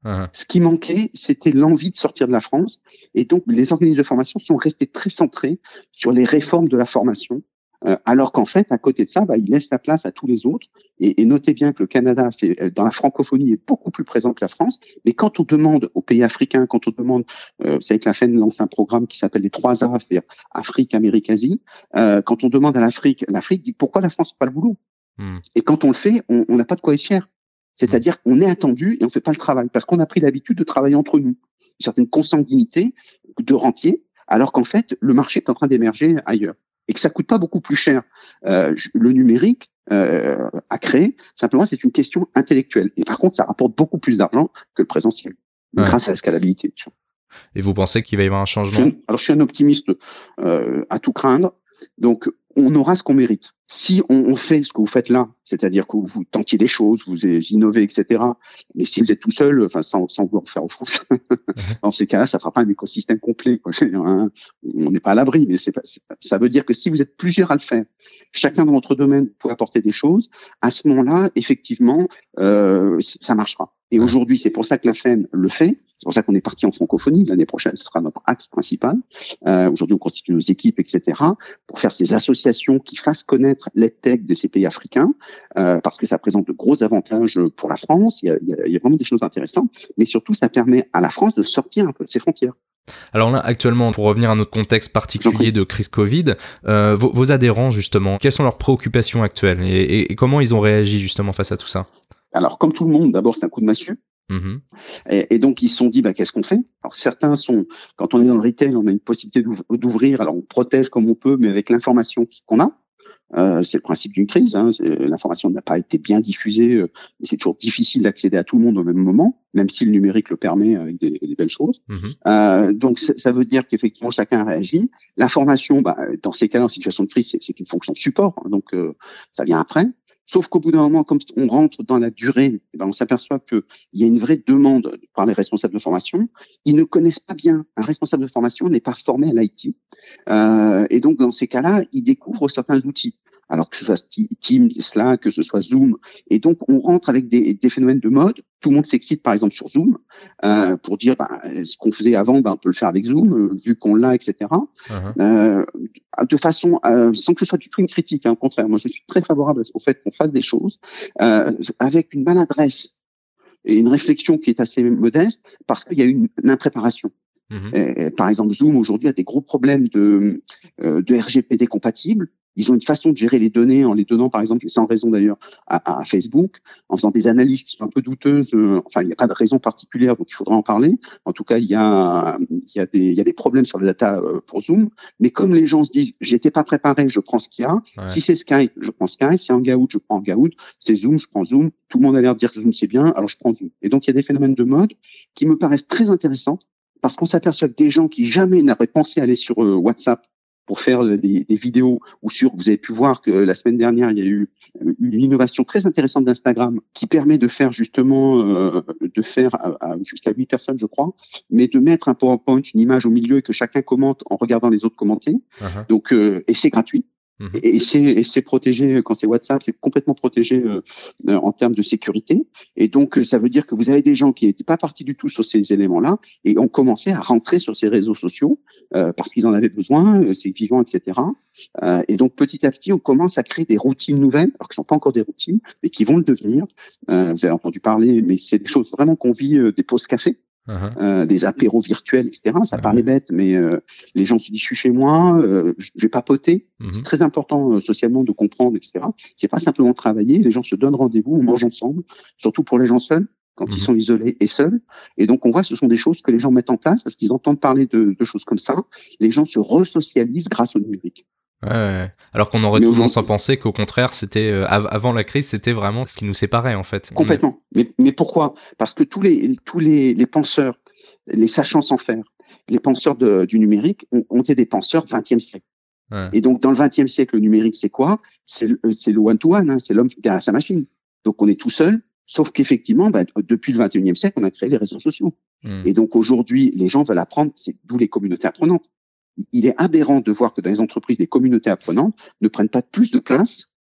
Uh-huh. Ce qui manquait, c'était l'envie de sortir de la France. Et donc, les organismes de formation sont restés très centrés sur les réformes de la formation. Euh, alors qu'en fait, à côté de ça, bah, ils laissent la place à tous les autres. Et, et notez bien que le Canada, fait, dans la francophonie, est beaucoup plus présent que la France. Mais quand on demande aux pays africains, quand on demande, euh, vous savez que la F E N lance un programme qui s'appelle les trois A, c'est-à-dire Afrique, Amérique, Asie. Euh, quand on demande à l'Afrique, l'Afrique dit pourquoi la France n'a pas le boulot. Mm. Et quand on le fait, on n'a pas de quoi être fier. C'est-à-dire mm. qu'on est attendu et on fait pas le travail parce qu'on a pris l'habitude de travailler entre nous, une certaine consanguinité de rentiers, alors qu'en fait, le marché est en train d'émerger ailleurs. Et que ça coûte pas beaucoup plus cher. Euh, le numérique euh, à créer, simplement, c'est une question intellectuelle. Et par contre, ça rapporte beaucoup plus d'argent que le présentiel, ouais. grâce à la scalabilité. Et vous pensez qu'il va y avoir un changement ? je, Alors, je suis un optimiste euh, à tout craindre. Donc, on aura ce qu'on mérite. Si on, on fait ce que vous faites là, c'est-à-dire que vous tentiez des choses, vous innovez, et cetera. Mais si vous êtes tout seul, enfin sans, sans vouloir faire offense, dans ces cas-là, ça fera pas un écosystème complet. Quoi. On n'est pas à l'abri, mais c'est pas, c'est pas, ça veut dire que si vous êtes plusieurs à le faire, chacun dans votre domaine peut apporter des choses. À ce moment-là, effectivement, euh, ça marchera. Et ouais. aujourd'hui, c'est pour ça que la F E N le fait. C'est pour ça qu'on est parti en francophonie. L'année prochaine, ce sera notre axe principal. Euh, aujourd'hui, on constitue nos équipes, et cetera, pour faire ces associations qui fassent connaître l'EdTech de ces pays africains, euh, parce que ça présente de gros avantages pour la France. Il y a, il y a, il y a vraiment des choses intéressantes, mais surtout, ça permet à la France de sortir un peu de ses frontières. Alors là, actuellement, pour revenir à notre contexte particulier de crise Covid, euh, vos, vos adhérents, justement, quelles sont leurs préoccupations actuelles et, et, et comment ils ont réagi, justement, face à tout ça ? Alors, comme tout le monde, d'abord, c'est un coup de massue. Mmh. Et, et donc, ils se sont dit, bah, qu'est-ce qu'on fait ? Alors, certains sont, quand on est dans le retail, on a une possibilité d'ouvrir, alors on protège comme on peut, mais avec l'information qu'on a. Euh, c'est le principe d'une crise. Hein, l'information n'a pas été bien diffusée, euh, mais c'est toujours difficile d'accéder à tout le monde au même moment, même si le numérique le permet avec des, des belles choses. Mmh. Euh, donc, ça veut dire qu'effectivement, chacun réagit. L'information, bah, dans ces cas-là, en situation de crise, c'est une fonction de support, hein, donc euh, ça vient après. Sauf qu'au bout d'un moment, comme on rentre dans la durée, ben on s'aperçoit qu'il y a une vraie demande par les responsables de formation. Ils ne connaissent pas bien. Un responsable de formation n'est pas formé à l'I T. Euh, et donc, dans ces cas-là, ils découvrent certains outils. Alors que ce soit Teams, Slack, que ce soit Zoom. Et donc, on rentre avec des, des phénomènes de mode. Tout le monde s'excite, par exemple, sur Zoom, euh, pour dire bah, ce qu'on faisait avant, bah, on peut le faire avec Zoom, euh, vu qu'on l'a, et cetera. Uh-huh. Euh, de façon, euh, sans que ce soit du tout une critique, hein, au contraire. Moi, je suis très favorable au fait qu'on fasse des choses euh, avec une maladresse et une réflexion qui est assez modeste, parce qu'il y a une, une impréparation. Uh-huh. Et, et, par exemple, Zoom, aujourd'hui, a des gros problèmes de, euh, de R G P D compatibles. Ils ont une façon de gérer les données en les donnant, par exemple, sans raison d'ailleurs, à, à Facebook, en faisant des analyses qui sont un peu douteuses. Euh, enfin, il n'y a pas de raison particulière, donc il faudra en parler. En tout cas, il y a, il y a des, il y a des problèmes sur les data euh, pour Zoom. Mais comme les gens se disent, j'étais pas préparé, je prends ce qu'il y a. Ouais. Si c'est Skype, je prends Skype. Si c'est Hangout, je prends Hangout. C'est Zoom, je prends Zoom. Tout le monde a l'air de dire que Zoom c'est bien, alors je prends Zoom. Et donc, il y a des phénomènes de mode qui me paraissent très intéressants parce qu'on s'aperçoit que des gens qui jamais n'auraient pensé aller sur euh, WhatsApp pour faire des, des vidéos, ou sur, vous avez pu voir que la semaine dernière, il y a eu une innovation très intéressante d'Instagram qui permet de faire justement, euh, de faire à, à, jusqu'à huit personnes, je crois, mais de mettre un PowerPoint, une image au milieu et que chacun commente en regardant les autres commenter. Uh-huh. Donc, euh, et c'est gratuit. Mmh. Et, et c'est protégé, quand c'est WhatsApp, c'est complètement protégé euh, euh, en termes de sécurité. Et donc, ça veut dire que vous avez des gens qui n'étaient pas partis du tout sur ces éléments-là et ont commencé à rentrer sur ces réseaux sociaux euh, parce qu'ils en avaient besoin, euh, c'est vivant, et cetera. Euh, et donc, petit à petit, on commence à créer des routines nouvelles, alors qui ne sont pas encore des routines, mais qui vont le devenir. Euh, vous avez entendu parler, mais c'est des choses vraiment qu'on vit, euh, des pauses café. Uh-huh. Euh, des apéros virtuels, et cetera. Ça uh-huh. paraît bête, mais euh, les gens se disent, je suis chez moi, euh, je vais papoter. Uh-huh. C'est très important euh, socialement de comprendre, et cetera. C'est pas simplement travailler, les gens se donnent rendez-vous, on mange ensemble, surtout pour les gens seuls, quand uh-huh. ils sont isolés et seuls. Et donc, on voit que ce sont des choses que les gens mettent en place parce qu'ils entendent parler de, de choses comme ça. Les gens se resocialisent grâce au numérique. Ouais, alors qu'on aurait tendance à penser qu'au contraire, c'était euh, avant la crise, c'était vraiment ce qui nous séparait en fait. Complètement. Mais, mais pourquoi ? Parce que tous les tous les, les penseurs, les sachants s'en faire, les penseurs de, du numérique ont, ont été des penseurs vingtième siècle. Ouais. Et donc dans le vingtième siècle, le numérique, c'est quoi ? C'est le c'est le one to one, hein, c'est l'homme derrière sa machine. Donc on est tout seul. Sauf qu'effectivement, bah, depuis le vingt et unième siècle, on a créé les réseaux sociaux. Mmh. Et donc aujourd'hui, les gens veulent apprendre, c'est d'où les communautés apprenantes. Il est aberrant de voir que dans les entreprises, les communautés apprenantes ne prennent pas plus de place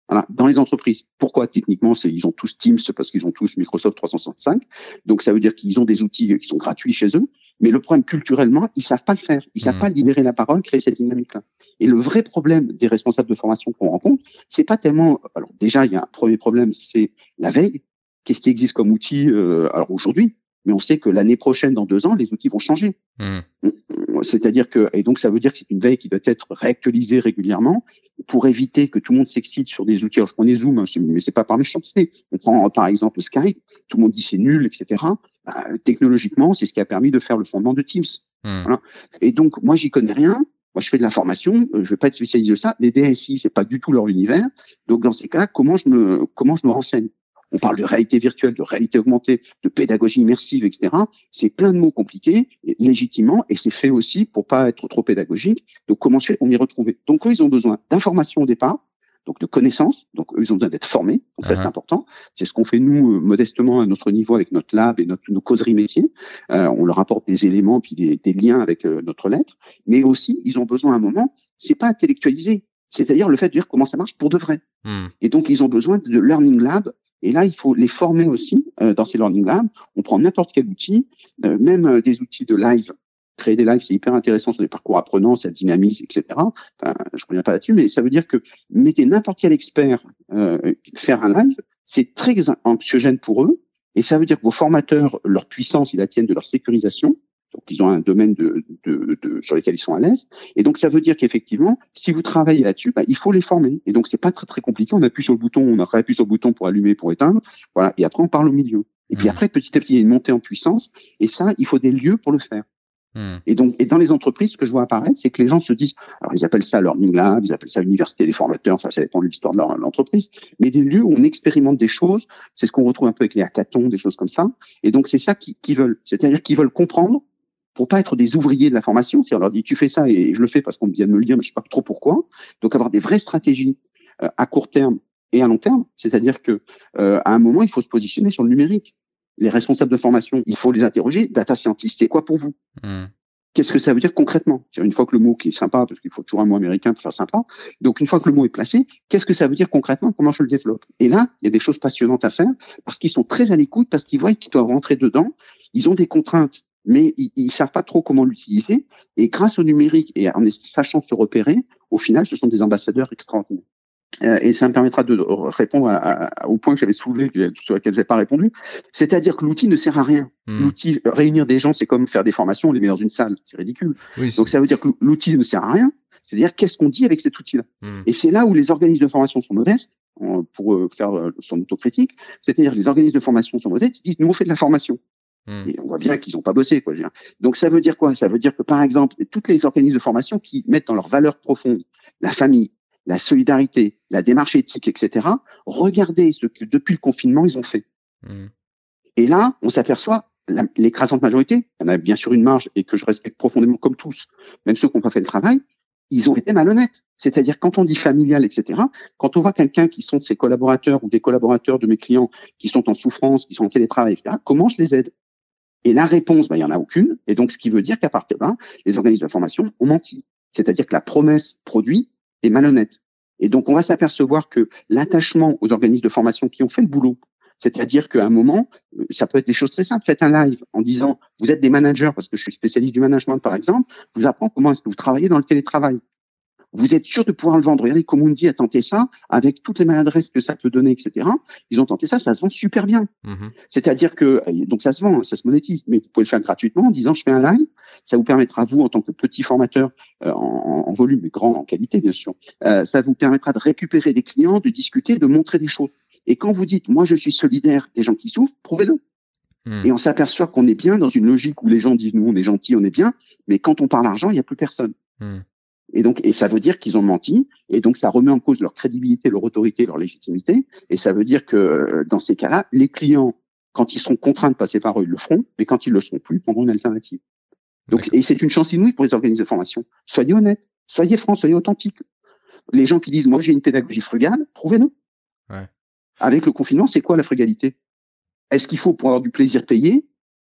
Voilà, dans les entreprises. Pourquoi? Techniquement, c'est, ils ont tous Teams parce qu'ils ont tous Microsoft trois cent soixante-cinq. Donc, ça veut dire qu'ils ont des outils qui sont gratuits chez eux. Mais le problème, culturellement, ils savent pas le faire. Ils savent mmh. pas libérer la parole, créer cette dynamique-là. Et le vrai problème des responsables de formation qu'on rencontre, c'est pas tellement, alors déjà, il y a un premier problème, c'est la veille. Qu'est-ce qui existe comme outil, euh, alors aujourd'hui? Mais on sait que l'année prochaine, dans deux ans, les outils vont changer. Mmh. C'est-à-dire que, et donc ça veut dire que c'est une veille qui doit être réactualisée régulièrement pour éviter que tout le monde s'excite sur des outils. Alors je prenais Zoom, hein, mais c'est pas par méchanceté. On prend par exemple Skype, tout le monde dit c'est nul, et cetera. Bah, technologiquement, c'est ce qui a permis de faire le fondement de Teams. Mmh. Voilà. Et donc moi j'y connais rien. Moi, je fais de la formation, je vais pas être spécialisé de ça. Les D S I, c'est pas du tout leur univers. Donc dans ces cas-là, comment je me comment je me renseigne? On parle de réalité virtuelle, de réalité augmentée, de pédagogie immersive, et cetera. C'est plein de mots compliqués, légitimement, et c'est fait aussi pour pas être trop pédagogique. Donc, comment je fais pour m'y retrouver? Donc, eux, ils ont besoin d'informations au départ, donc de connaissances. Donc, eux, ils ont besoin d'être formés. Donc, ça, uh-huh. c'est important. C'est ce qu'on fait, nous, euh, modestement, à notre niveau, avec notre lab et notre, nos causeries métiers. Euh, on leur apporte des éléments, puis des, des liens avec euh, notre lettre. Mais aussi, ils ont besoin, à un moment, c'est pas intellectualiser. C'est-à-dire le fait de dire comment ça marche pour de vrai. Mm. Et donc, ils ont besoin de learning lab. Et là, il faut les former aussi euh, dans ces learning labs. On prend n'importe quel outil, euh, même euh, des outils de live. Créer des lives, c'est hyper intéressant sur des parcours apprenants, ça dynamise, et cetera. Enfin, je reviens pas là-dessus, mais ça veut dire que mettez n'importe quel expert euh, faire un live, c'est très anxiogène pour eux. Et ça veut dire que vos formateurs, leur puissance, ils la tiennent de leur sécurisation. Donc, ils ont un domaine de, de, de, sur lequel ils sont à l'aise. Et donc, ça veut dire qu'effectivement, si vous travaillez là-dessus, bah, il faut les former. Et donc, c'est pas très, très compliqué. On appuie sur le bouton, on appuie sur le bouton pour allumer, pour éteindre. Voilà. Et après, on parle au milieu. Et mmh. puis après, petit à petit, il y a une montée en puissance. Et ça, il faut des lieux pour le faire. Mmh. Et donc, et dans les entreprises, ce que je vois apparaître, c'est que les gens se disent, alors ils appellent ça learning lab, ils appellent ça université des formateurs, enfin, ça dépend de l'histoire de leur, l'entreprise. Mais des lieux où on expérimente des choses. C'est ce qu'on retrouve un peu avec les hackathons, des choses comme ça. Et donc, c'est ça qu'ils, qu'ils veulent. C'est-à-dire qu'ils veulent comprendre, pour pas être des ouvriers de la formation, c'est on leur dit tu fais ça et je le fais parce qu'on vient de me le dire, mais je sais pas trop pourquoi. Donc avoir des vraies stratégies euh, à court terme et à long terme, c'est-à-dire que euh, à un moment il faut se positionner sur le numérique. Les responsables de formation, il faut les interroger. Data scientist, c'est quoi pour vous? mmh. Qu'est-ce que ça veut dire concrètement? Une fois que le mot qui est sympa, parce qu'il faut toujours un mot américain pour faire sympa. Donc une fois que le mot est placé, qu'est-ce que ça veut dire concrètement? Comment je le développe? Et là, il y a des choses passionnantes à faire parce qu'ils sont très à l'écoute, parce qu'ils voient qu'ils doivent rentrer dedans. Ils ont des contraintes, mais ils, ils savent pas trop comment l'utiliser. Et grâce au numérique et en sachant se repérer, au final, ce sont des ambassadeurs extraordinaires. Euh, et ça me permettra de répondre à, à, au point que j'avais soulevé, sur lequel je n'ai pas répondu. C'est-à-dire que l'outil ne sert à rien. Mmh. L'outil, réunir des gens, c'est comme faire des formations, on les met dans une salle. C'est ridicule. Oui, c'est... Donc ça veut dire que l'outil ne sert à rien. C'est-à-dire qu'est-ce qu'on dit avec cet outil-là. Mmh. Et c'est là où les organismes de formation sont modestes, pour faire son autocritique. C'est-à-dire que les organismes de formation sont modestes, ils disent, nous on fait de la formation. Et on voit bien qu'ils n'ont pas bossé, quoi. Donc ça veut dire quoi? Ça veut dire que par exemple, toutes les organismes de formation qui mettent dans leurs valeurs profondes la famille, la solidarité, la démarche éthique, et cetera. Regardez ce que depuis le confinement ils ont fait. Mmh. Et là, on s'aperçoit, la, l'écrasante majorité, il y en a bien sûr une marge et que je respecte profondément comme tous, même ceux qui n'ont pas fait le travail, ils ont été malhonnêtes. C'est-à-dire quand on dit familial, et cetera. Quand on voit quelqu'un qui sont de ses collaborateurs ou des collaborateurs de mes clients qui sont en souffrance, qui sont en télétravail, et cetera. Comment je les aide? Et la réponse, ben, il n'y en a aucune. Et donc, ce qui veut dire qu'à partir de là, les organismes de formation ont menti. C'est-à-dire que la promesse produit est malhonnête. Et donc, on va s'apercevoir que l'attachement aux organismes de formation qui ont fait le boulot, c'est-à-dire qu'à un moment, ça peut être des choses très simples. Faites un live en disant, vous êtes des managers, parce que je suis spécialiste du management, par exemple, je vous apprends comment est-ce que vous travaillez dans le télétravail. Vous êtes sûr de pouvoir le vendre. Regardez, Comundi a tenté ça, avec toutes les maladresses que ça peut donner, et cetera. Ils ont tenté ça, ça se vend super bien. Mmh. C'est-à-dire que, donc ça se vend, ça se monétise, mais vous pouvez le faire gratuitement en disant, je fais un live, ça vous permettra, vous, en tant que petit formateur, euh, en, en volume, mais grand en qualité, bien sûr, euh, ça vous permettra de récupérer des clients, de discuter, de montrer des choses. Et quand vous dites, moi, je suis solidaire des gens qui souffrent, prouvez-le. Mmh. Et on s'aperçoit qu'on est bien dans une logique où les gens disent, nous, on est gentils, on est bien, mais quand on parle argent, il n'y a plus personne. Mmh. Et donc, et ça veut dire qu'ils ont menti, et donc ça remet en cause leur crédibilité, leur autorité, leur légitimité, et ça veut dire que dans ces cas-là, les clients, quand ils seront contraints de passer par eux, ils le feront, mais quand ils le seront plus, ils prendront une alternative. Donc, D'accord. Et c'est une chance inouïe pour les organismes de formation. Soyez honnêtes, soyez francs, soyez authentiques. Les gens qui disent, moi j'ai une pédagogie frugale, prouvez-le. Ouais. Avec le confinement, c'est quoi la frugalité? Est-ce qu'il faut, pour avoir du plaisir, payer?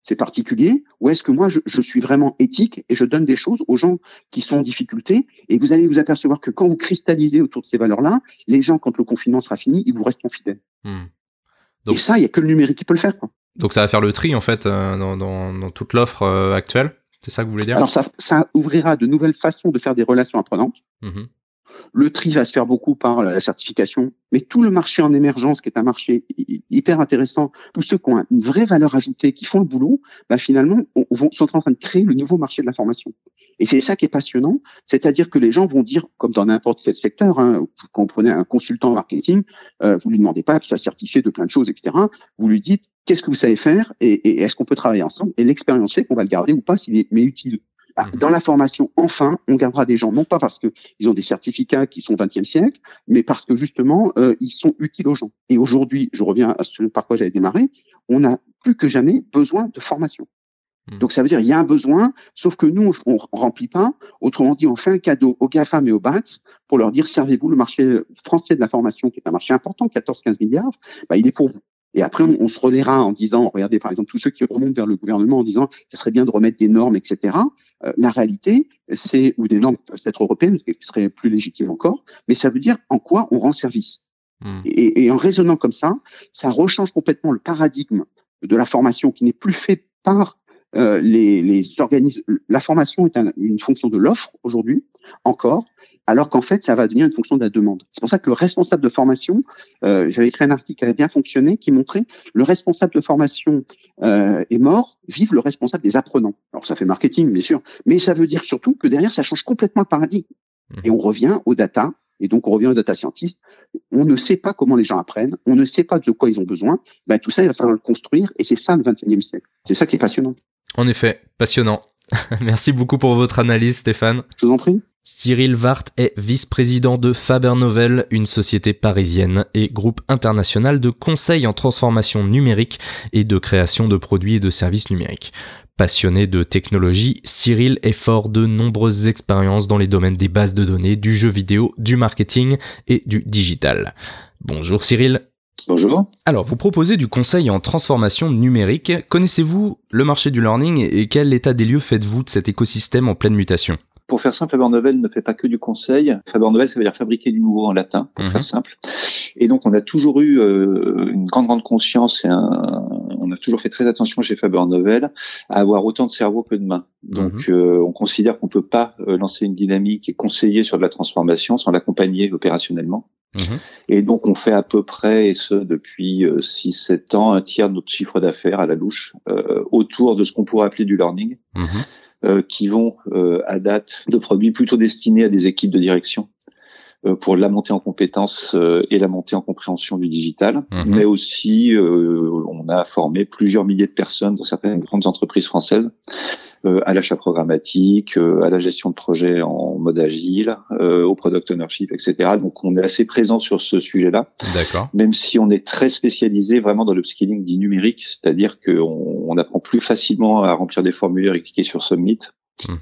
c'est particulier, ou est-ce que moi, je, je suis vraiment éthique et je donne des choses aux gens qui sont en difficulté, et vous allez vous apercevoir que quand vous cristallisez autour de ces valeurs-là, les gens, quand le confinement sera fini, ils vous resteront fidèles. Mmh. Donc, et ça, il n'y a que le numérique qui peut le faire, quoi. Donc ça va faire le tri, en fait, euh, dans, dans, dans toute l'offre euh, actuelle. C'est ça que vous voulez dire? Alors, ça, ça ouvrira de nouvelles façons de faire des relations apprenantes. Mmh. Le tri va se faire beaucoup par la certification, mais tout le marché en émergence, qui est un marché hyper intéressant, tous ceux qui ont une vraie valeur ajoutée, qui font le boulot, bah finalement, on, on, sont en train de créer le nouveau marché de la formation. Et c'est ça qui est passionnant, c'est-à-dire que les gens vont dire, comme dans n'importe quel secteur, hein, quand vous prenez un consultant marketing, euh, vous lui demandez pas qu'il soit certifié de plein de choses, et cetera. Vous lui dites, qu'est-ce que vous savez faire et, et est-ce qu'on peut travailler ensemble? Et l'expérience fait qu'on va le garder ou pas s'il est mais utile. Ah, dans la formation, enfin, on gardera des gens, non pas parce qu'ils ont des certificats qui sont vingtième siècle, mais parce que justement, euh, ils sont utiles aux gens. Et aujourd'hui, je reviens à ce par quoi j'avais démarré, on a plus que jamais besoin de formation. Mmh. Donc ça veut dire il y a un besoin, sauf que nous, on ne remplit pas. Autrement dit, on fait un cadeau aux GAFAM et aux B A T S pour leur dire, servez-vous, le marché français de la formation, qui est un marché important, quatorze à quinze milliards, bah, il est pour vous. Et après, on, on se relaiera en disant, regardez, par exemple, tous ceux qui remontent vers le gouvernement en disant, ça serait bien de remettre des normes, et cetera. Euh, la réalité, c'est, ou des normes peut-être européennes, ce qui serait plus légitime encore, mais ça veut dire en quoi on rend service. Mmh. Et, et en raisonnant comme ça, ça rechange complètement le paradigme de la formation qui n'est plus fait par euh, les, les organismes. La formation est un, une fonction de l'offre aujourd'hui, encore, alors qu'en fait, ça va devenir une fonction de la demande. C'est pour ça que le responsable de formation, euh, j'avais écrit un article qui avait bien fonctionné, qui montrait le responsable de formation euh, est mort, vive le responsable des apprenants. Alors ça fait marketing, bien sûr, mais ça veut dire surtout que derrière, ça change complètement le paradigme. Et on revient aux data, et donc on revient aux data scientists. On ne sait pas comment les gens apprennent, on ne sait pas de quoi ils ont besoin. Ben, tout ça, il va falloir le construire, et c'est ça le vingt et unième siècle. C'est ça qui est passionnant. En effet, passionnant. Merci beaucoup pour votre analyse, Stéphane. Je vous en prie. Cyril Vart est vice-président de Faber Novel, une société parisienne et groupe international de conseil en transformation numérique et de création de produits et de services numériques. Passionné de technologie, Cyril est fort de nombreuses expériences dans les domaines des bases de données, du jeu vidéo, du marketing et du digital. Bonjour Cyril. Bonjour. Alors, vous proposez du conseil en transformation numérique. Connaissez-vous le marché du learning et quel état des lieux faites-vous de cet écosystème en pleine mutation ? Pour faire simple, Faber Novel ne fait pas que du conseil. Faber Novel, ça veut dire fabriquer du nouveau en latin, pour mmh. faire simple. Et donc, on a toujours eu euh, une grande, grande conscience et un, on a toujours fait très attention chez Faber Novel à avoir autant de cerveau que de mains. Donc, mmh. euh, on considère qu'on peut pas euh, lancer une dynamique et conseiller sur de la transformation sans l'accompagner opérationnellement. Mmh. Et donc, on fait à peu près, et ce depuis euh, six sept ans, un tiers de notre chiffre d'affaires à la louche euh, autour de ce qu'on pourrait appeler du learning. Mmh. Euh, qui vont euh, à date de produits plutôt destinés à des équipes de direction euh, pour la montée en compétences euh, et la montée en compréhension du digital, mmh. mais aussi euh, on a formé plusieurs milliers de personnes dans certaines grandes entreprises françaises euh, à l'achat programmatique, euh, à la gestion de projets en mode agile, euh, au product ownership, et cetera. Donc on est assez présent sur ce sujet-là. D'accord. Même si on est très spécialisé vraiment dans l'upskilling dit numérique, c'est-à-dire qu'on on apprend plus facilement à remplir des formulaires et cliquer sur Submit. Mmh.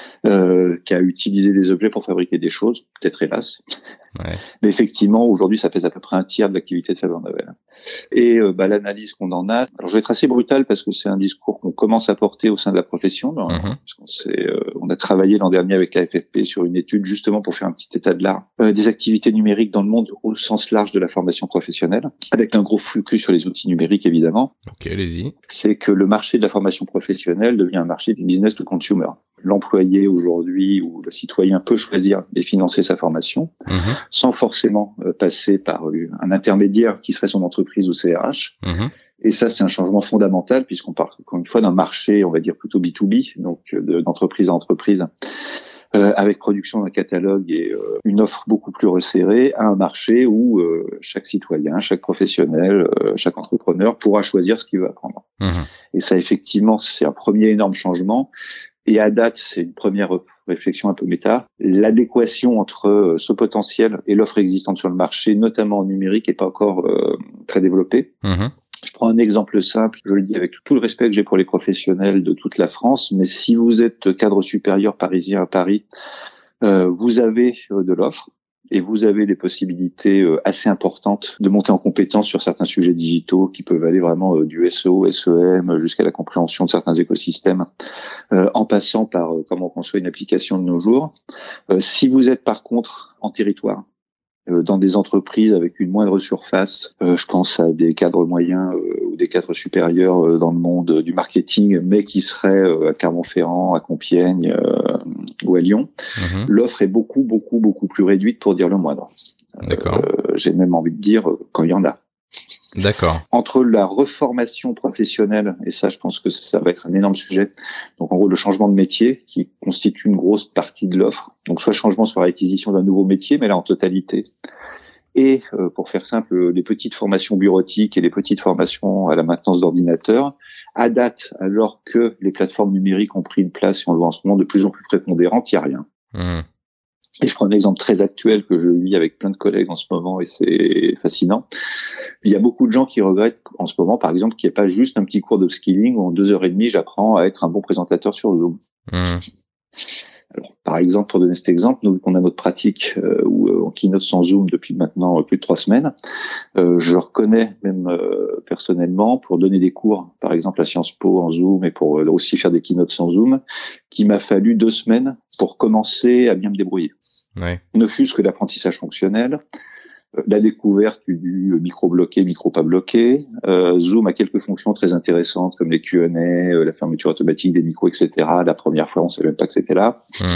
Euh, qu'à utiliser des objets pour fabriquer des choses, peut-être hélas. Ouais. Mais effectivement, aujourd'hui, ça pèse à peu près un tiers de l'activité de Faber Novel. Et euh, bah, l'analyse qu'on en a, alors je vais être assez brutal parce que c'est un discours qu'on commence à porter au sein de la profession. Mmh. Parce qu'on s'est, euh, on a travaillé l'an dernier avec la F F P sur une étude justement pour faire un petit état de l'art euh, des activités numériques dans le monde au sens large de la formation professionnelle, avec un gros focus sur les outils numériques évidemment. Ok, allez-y. C'est que le marché de la formation professionnelle devient un marché du business to consumer. L'employé aujourd'hui ou le citoyen peut choisir et financer sa formation mmh. sans forcément euh, passer par un intermédiaire qui serait son entreprise ou C R H. Mmh. Et ça, c'est un changement fondamental puisqu'on parle encore une fois d'un marché, on va dire plutôt B deux B, donc de, d'entreprise à entreprise, euh, avec production d'un catalogue et euh, une offre beaucoup plus resserrée à un marché où euh, chaque citoyen, chaque professionnel, euh, chaque entrepreneur pourra choisir ce qu'il veut apprendre. Mmh. Et ça, effectivement, c'est un premier énorme changement. Et à date, c'est une première réflexion un peu méta. L'adéquation entre ce potentiel et l'offre existante sur le marché, notamment en numérique, n'est pas encore euh, très développée. Mmh. Je prends un exemple simple, je le dis avec tout le respect que j'ai pour les professionnels de toute la France, mais si vous êtes cadre supérieur parisien à Paris, euh, vous avez euh, de l'offre. et vous avez des possibilités euh, assez importantes de monter en compétence sur certains sujets digitaux qui peuvent aller vraiment euh, du S E O, S E M jusqu'à la compréhension de certains écosystèmes, euh, en passant par euh, comment on conçoit une application de nos jours. Euh, si vous êtes par contre en territoire, euh, dans des entreprises avec une moindre surface, euh, je pense à des cadres moyens euh, ou des cadres supérieurs euh, dans le monde euh, du marketing, mais qui seraient euh, à Clermont-Ferrand, à Compiègne euh, ou à Lyon, mmh. l'offre est beaucoup, beaucoup, beaucoup plus réduite pour dire le moindre. D'accord. Euh, j'ai même envie de dire euh, quand il y en a. D'accord. Entre la reformation professionnelle, et ça je pense que ça va être un énorme sujet, donc en gros le changement de métier qui constitue une grosse partie de l'offre, donc soit changement sur l'acquisition d'un nouveau métier, mais là en totalité, et euh, pour faire simple, les petites formations bureautiques et les petites formations à la maintenance d'ordinateurs, à date, alors que les plateformes numériques ont pris une place, et on le voit en ce moment, de plus en plus prépondérante, il n'y a rien. Mmh. Et je prends un exemple très actuel que je vis avec plein de collègues en ce moment et c'est fascinant. Il y a beaucoup de gens qui regrettent en ce moment, par exemple, qu'il n'y ait pas juste un petit cours d'upskilling où en deux heures et demie, j'apprends à être un bon présentateur sur Zoom. Mmh. Alors, par exemple, pour donner cet exemple, nous, qu'on a notre pratique euh, où euh, on keynote sans Zoom depuis maintenant euh, plus de trois semaines, euh, je reconnais même euh, personnellement, pour donner des cours, par exemple à Sciences Po en Zoom et pour euh, aussi faire des keynotes sans Zoom, qu'il m'a fallu deux semaines pour commencer à bien me débrouiller. Ouais. Ne fût-ce que l'apprentissage fonctionnel, euh, la découverte du micro bloqué, micro pas bloqué. Euh, Zoom a quelques fonctions très intéressantes comme les Q and A, euh, la fermeture automatique des micros, et cetera. La première fois, on ne savait même pas que c'était là. Mmh.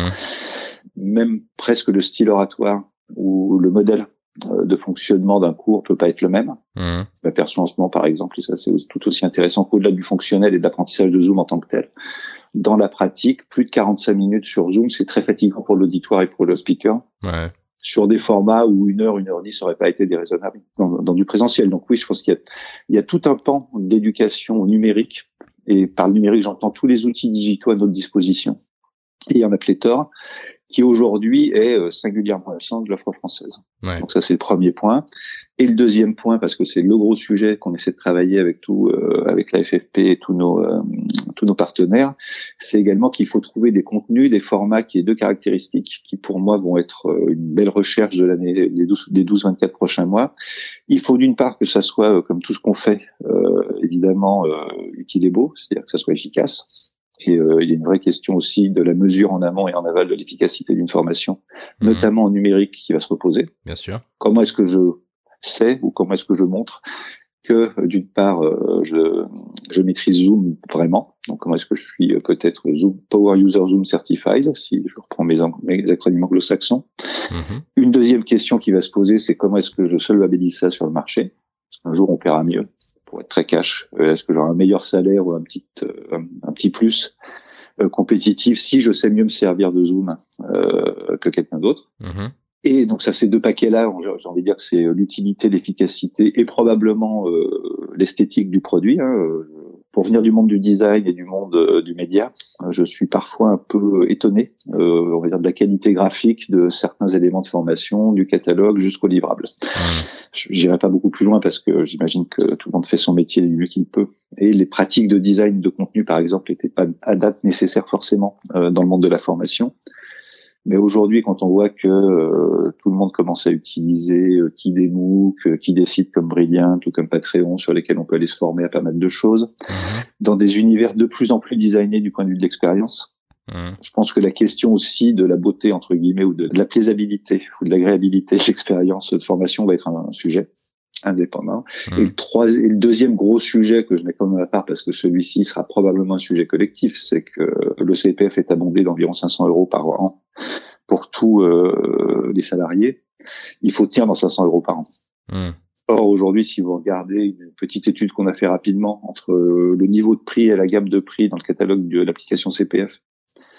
Même presque le style oratoire ou le modèle euh, de fonctionnement d'un cours peut pas être le même. Mmh. Je m'aperçois en ce moment, par exemple, et ça c'est tout aussi intéressant qu'au-delà du fonctionnel et de l'apprentissage de Zoom en tant que tel. Dans la pratique, plus de quarante-cinq minutes sur Zoom, c'est très fatigant pour l'auditoire et pour le speaker. Ouais. Sur des formats où une heure, une heure dix n'aurait pas été déraisonnable dans, dans du présentiel. Donc oui, je pense qu'il y a, il y a tout un pan d'éducation numérique. Et par le numérique, j'entends tous les outils digitaux à notre disposition. Et il y en a pléthore, qui aujourd'hui est euh, singulièrement absent de l'offre française. Ouais. Donc ça, c'est le premier point. Et le deuxième point, parce que c'est le gros sujet qu'on essaie de travailler avec tout, euh, avec la F F P et tous nos, euh, tous nos partenaires, c'est également qu'il faut trouver des contenus, des formats qui aient deux caractéristiques, qui pour moi vont être euh, une belle recherche de l'année, des douze vingt-quatre prochains mois. Il faut d'une part que ça soit, euh, comme tout ce qu'on fait, euh, évidemment, euh, utile et beau, c'est-à-dire que ça soit efficace. Et euh, il y a une vraie question aussi de la mesure en amont et en aval de l'efficacité d'une formation, mmh. notamment en numérique, qui va se reposer. Bien sûr. Comment est-ce que je sais ou comment est-ce que je montre que, d'une part, euh, je, je maîtrise Zoom vraiment. Donc, comment est-ce que je suis euh, peut-être Zoom Power User Zoom Certified, si je reprends mes, mes acronymes anglo-saxons. Mmh. Une deuxième question qui va se poser, c'est comment est-ce que je solvabilise ça sur le marché. Parce qu'un jour, on paiera mieux. Pour être très cash, euh, est-ce que j'aurai un meilleur salaire ou un petit euh, un, un petit plus euh, compétitif si je sais mieux me servir de Zoom euh, que quelqu'un d'autre. Mmh. Et donc ça, ces deux paquets-là, j'ai envie de dire que c'est l'utilité, l'efficacité et probablement euh, l'esthétique du produit. Hein. Pour venir du monde du design et du monde euh, du média, je suis parfois un peu étonné, euh, on va dire, de la qualité graphique de certains éléments de formation, du catalogue jusqu'au livrable. Mmh. J'irai pas beaucoup plus loin parce que j'imagine que tout le monde fait son métier du mieux qu'il peut. Et les pratiques de design de contenu, par exemple, n'étaient pas à date nécessaires forcément euh, dans le monde de la formation. Mais aujourd'hui, quand on voit que euh, tout le monde commence à utiliser euh, qui des MOOC, euh, qui des sites comme Brilliant ou comme Patreon sur lesquels on peut aller se former à pas mal de choses, mmh. dans des univers de plus en plus designés du point de vue de l'expérience, mmh. je pense que la question aussi de la beauté, entre guillemets, ou de, de la plaisabilité ou de l'agréabilité de l'expérience de formation va être un, un sujet indépendant. Mmh. Et, le trois, et le deuxième gros sujet que je mets quand même à part, parce que celui-ci sera probablement un sujet collectif, c'est que le C P F est abondé d'environ cinq cents euros par an pour tous euh, les salariés. Il faut tenir dans cinq cents euros par an. Mmh. Or, aujourd'hui, si vous regardez une petite étude qu'on a fait rapidement entre le niveau de prix et la gamme de prix dans le catalogue de l'application C P F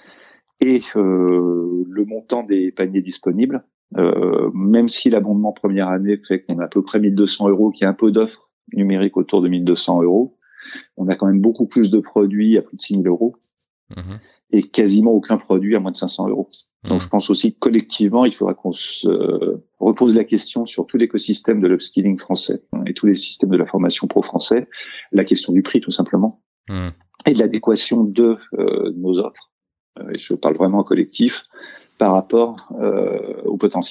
et euh, le montant des paniers disponibles, Euh, même si l'abondement première année fait qu'on a à peu près mille deux cents euros, qu'il y a un peu d'offres numériques autour de mille deux cents euros, on a quand même beaucoup plus de produits à plus de six mille euros mmh. et quasiment aucun produit à moins de cinq cents euros. Mmh. Donc je pense aussi que collectivement, il faudra qu'on se euh, repose la question sur tout l'écosystème de l'upskilling français hein, et tous les systèmes de la formation pro français, la question du prix tout simplement mmh. et de l'adéquation de euh, nos offres. Euh, et je parle vraiment en collectif par rapport euh, au potentiel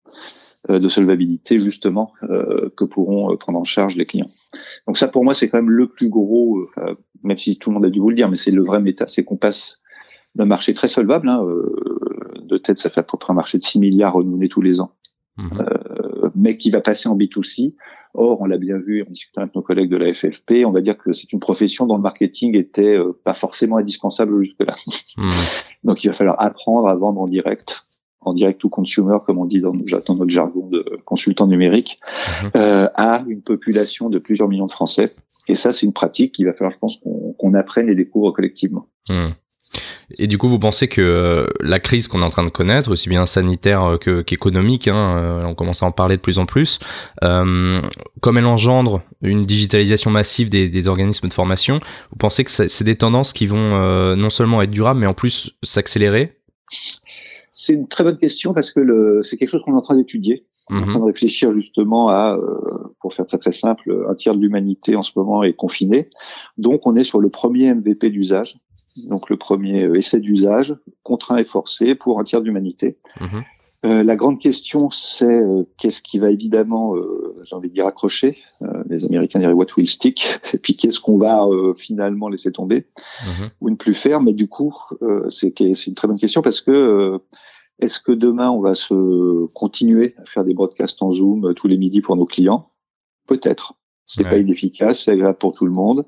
euh, de solvabilité justement euh, que pourront euh, prendre en charge les clients. Donc ça, pour moi, c'est quand même le plus gros, euh, même si tout le monde a dû vous le dire, mais c'est le vrai méta, c'est qu'on passe d'un marché très solvable, hein, euh, de tête, ça fait à peu près un marché de six milliards renouvelé tous les ans, mmh. euh, mais qui va passer en B deux C. Or, on l'a bien vu en discutant avec nos collègues de la F F P, on va dire que c'est une profession dont le marketing était euh, pas forcément indispensable jusque-là. Mmh. Donc, il va falloir apprendre à vendre en direct, en direct to consumer, comme on dit dans, dans notre jargon de consultant numérique, mmh. euh, à une population de plusieurs millions de Français. Et ça, c'est une pratique qu'il va falloir, je pense, qu'on, qu'on apprenne et découvre collectivement. Mmh. Et du coup, vous pensez que euh, la crise qu'on est en train de connaître, aussi bien sanitaire que, qu'économique, hein, euh, on commence à en parler de plus en plus, euh, comme elle engendre une digitalisation massive des, des organismes de formation, vous pensez que c'est, c'est des tendances qui vont euh, non seulement être durables, mais en plus s'accélérer ? C'est une très bonne question parce que le, c'est quelque chose qu'on est en train d'étudier. On est mmh. en train de réfléchir justement à, euh, pour faire très très simple, un tiers de l'humanité en ce moment est confiné. Donc on est sur le premier M V P d'usage. Donc le premier essai d'usage, contraint et forcé pour un tiers de l'humanité. Mmh. Euh, la grande question, c'est euh, qu'est-ce qui va évidemment, euh, j'ai envie de dire, accrocher. Euh, les Américains diraient what will stick. Et puis qu'est-ce qu'on va euh, finalement laisser tomber mmh. ou ne plus faire. Mais du coup, euh, c'est, c'est une très bonne question parce que euh, est-ce que demain on va se continuer à faire des broadcasts en Zoom euh, tous les midis pour nos clients ? Peut-être. C'est ouais. pas inefficace, c'est agréable pour tout le monde.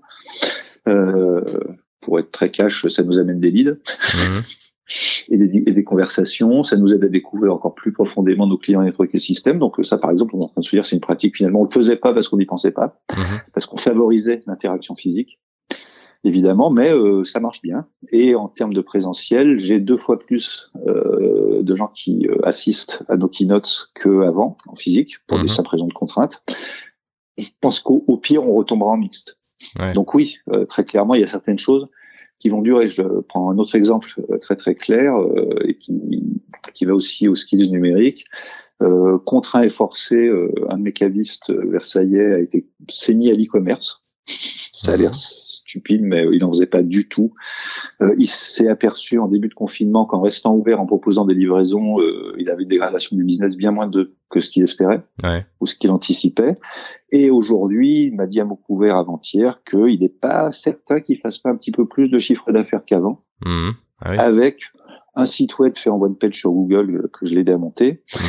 Euh, Pour être très cash, ça nous amène des leads mmh. et, des, et des conversations. Ça nous aide à découvrir encore plus profondément nos clients et notre écosystème. Donc ça, par exemple, on est en train de se dire c'est une pratique finalement on le faisait pas parce qu'on n'y pensait pas, mmh. parce qu'on favorisait l'interaction physique, évidemment, mais euh, ça marche bien. Et en termes de présentiel, j'ai deux fois plus euh, de gens qui euh, assistent à nos keynotes qu'avant en physique pour mmh. des simples raisons de contraintes. Je pense qu'au au pire, on retombera en mixte. Ouais. Donc oui, euh, très clairement, il y a certaines choses qui vont durer. Je prends un autre exemple euh, très très clair euh, et qui, qui va aussi aux skills numériques. Euh, contraint et forcé, euh, un de mes cavistes versaillais a été s'est mis à l'e-commerce. Ça a l'air stupide, mais il n'en faisait pas du tout. Euh, il s'est aperçu en début de confinement qu'en restant ouvert, en proposant des livraisons, euh, il avait une dégradation du business bien moins de, que ce qu'il espérait ouais. ou ce qu'il anticipait. Et aujourd'hui, il m'a dit à mot couvert avant-hier qu'il n'est pas certain qu'il fasse pas un petit peu plus de chiffre d'affaires qu'avant, mmh. ah oui. avec un site web fait en one page sur Google que je l'ai aidé à monter, mmh.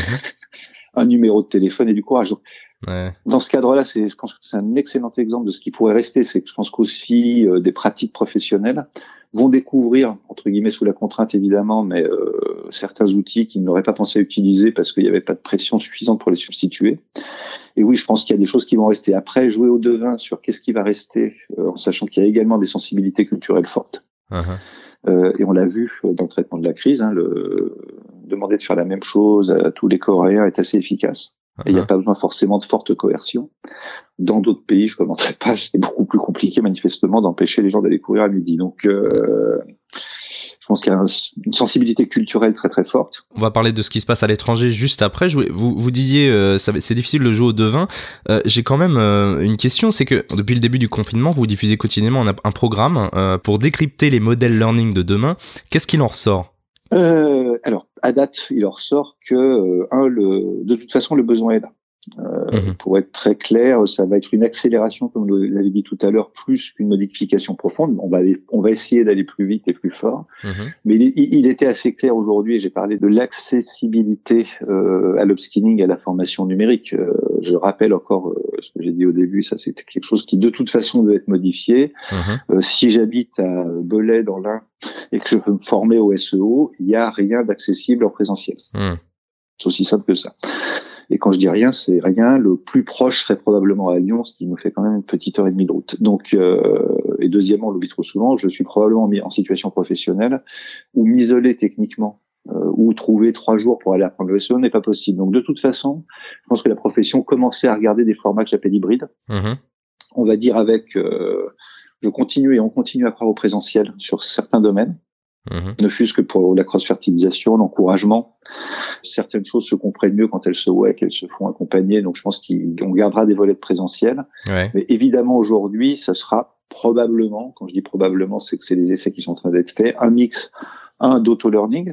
un numéro de téléphone et du courage. Ouais. Dans ce cadre-là, c'est, je pense que c'est un excellent exemple de ce qui pourrait rester. C'est que je pense qu'aussi euh, des pratiques professionnelles vont découvrir, entre guillemets sous la contrainte évidemment, mais euh, certains outils qu'ils n'auraient pas pensé à utiliser parce qu'il n'y avait pas de pression suffisante pour les substituer. Et oui, je pense qu'il y a des choses qui vont rester. Après, jouer au devin sur qu'est-ce qui va rester, euh, en sachant qu'il y a également des sensibilités culturelles fortes. Uh-huh. Euh, et on l'a vu dans le traitement de la crise, hein, le, demander de faire la même chose à tous les Coréens est assez efficace. Et il n'y a pas besoin forcément de forte coercion. Dans d'autres pays, je ne commenterai pas, c'est beaucoup plus compliqué manifestement d'empêcher les gens d'aller courir à midi. Donc, euh, je pense qu'il y a une sensibilité culturelle très très forte. On va parler de ce qui se passe à l'étranger juste après. Je voulais, vous, vous disiez, euh, ça, c'est difficile de jouer au devin. Euh, j'ai quand même euh, une question, c'est que depuis le début du confinement, vous diffusez quotidiennement un, un programme euh, pour décrypter les modèles learning de demain. Qu'est-ce qu'il en ressort ? Euh, alors, à date, il en ressort que, euh, un, le, de toute façon, le besoin est là. Euh, mmh. Pour être très clair, ça va être une accélération, comme vous l'avez dit tout à l'heure, plus qu'une modification profonde. On va aller, on va essayer d'aller plus vite et plus fort. Mmh. Mais il, il était assez clair aujourd'hui, et j'ai parlé de l'accessibilité euh, à l'upskilling, à la formation numérique. Euh, je rappelle encore euh, ce que j'ai dit au début, ça c'était quelque chose qui de toute façon devait être modifié. Mmh. Euh, si j'habite à Belay dans l'Ain et que je veux me former au S E O, il n'y a rien d'accessible en présentiel. Mmh. C'est aussi simple que ça. Et quand je dis rien, c'est rien. Le plus proche serait probablement à Lyon, ce qui nous fait quand même une petite heure et demie de route. Donc, euh, et deuxièmement, on l'oublie trop souvent, je suis probablement mis en situation professionnelle où m'isoler techniquement euh, ou trouver trois jours pour aller apprendre le S E O n'est pas possible. Donc, de toute façon, je pense que la profession commençait à regarder des formats que j'appelle hybrides. Mmh. On va dire avec, euh, je continue et on continue à croire au présentiel sur certains domaines. Mmh. Ne fût-ce que pour la cross-fertilisation, l'encouragement. Certaines choses se comprennent mieux quand elles se voient et qu'elles se font accompagner. Donc, je pense qu'on gardera des volets de présentiel. Ouais. Mais évidemment, aujourd'hui, ça sera probablement, quand je dis probablement, c'est que c'est les essais qui sont en train d'être faits, un mix, un d'auto-learning,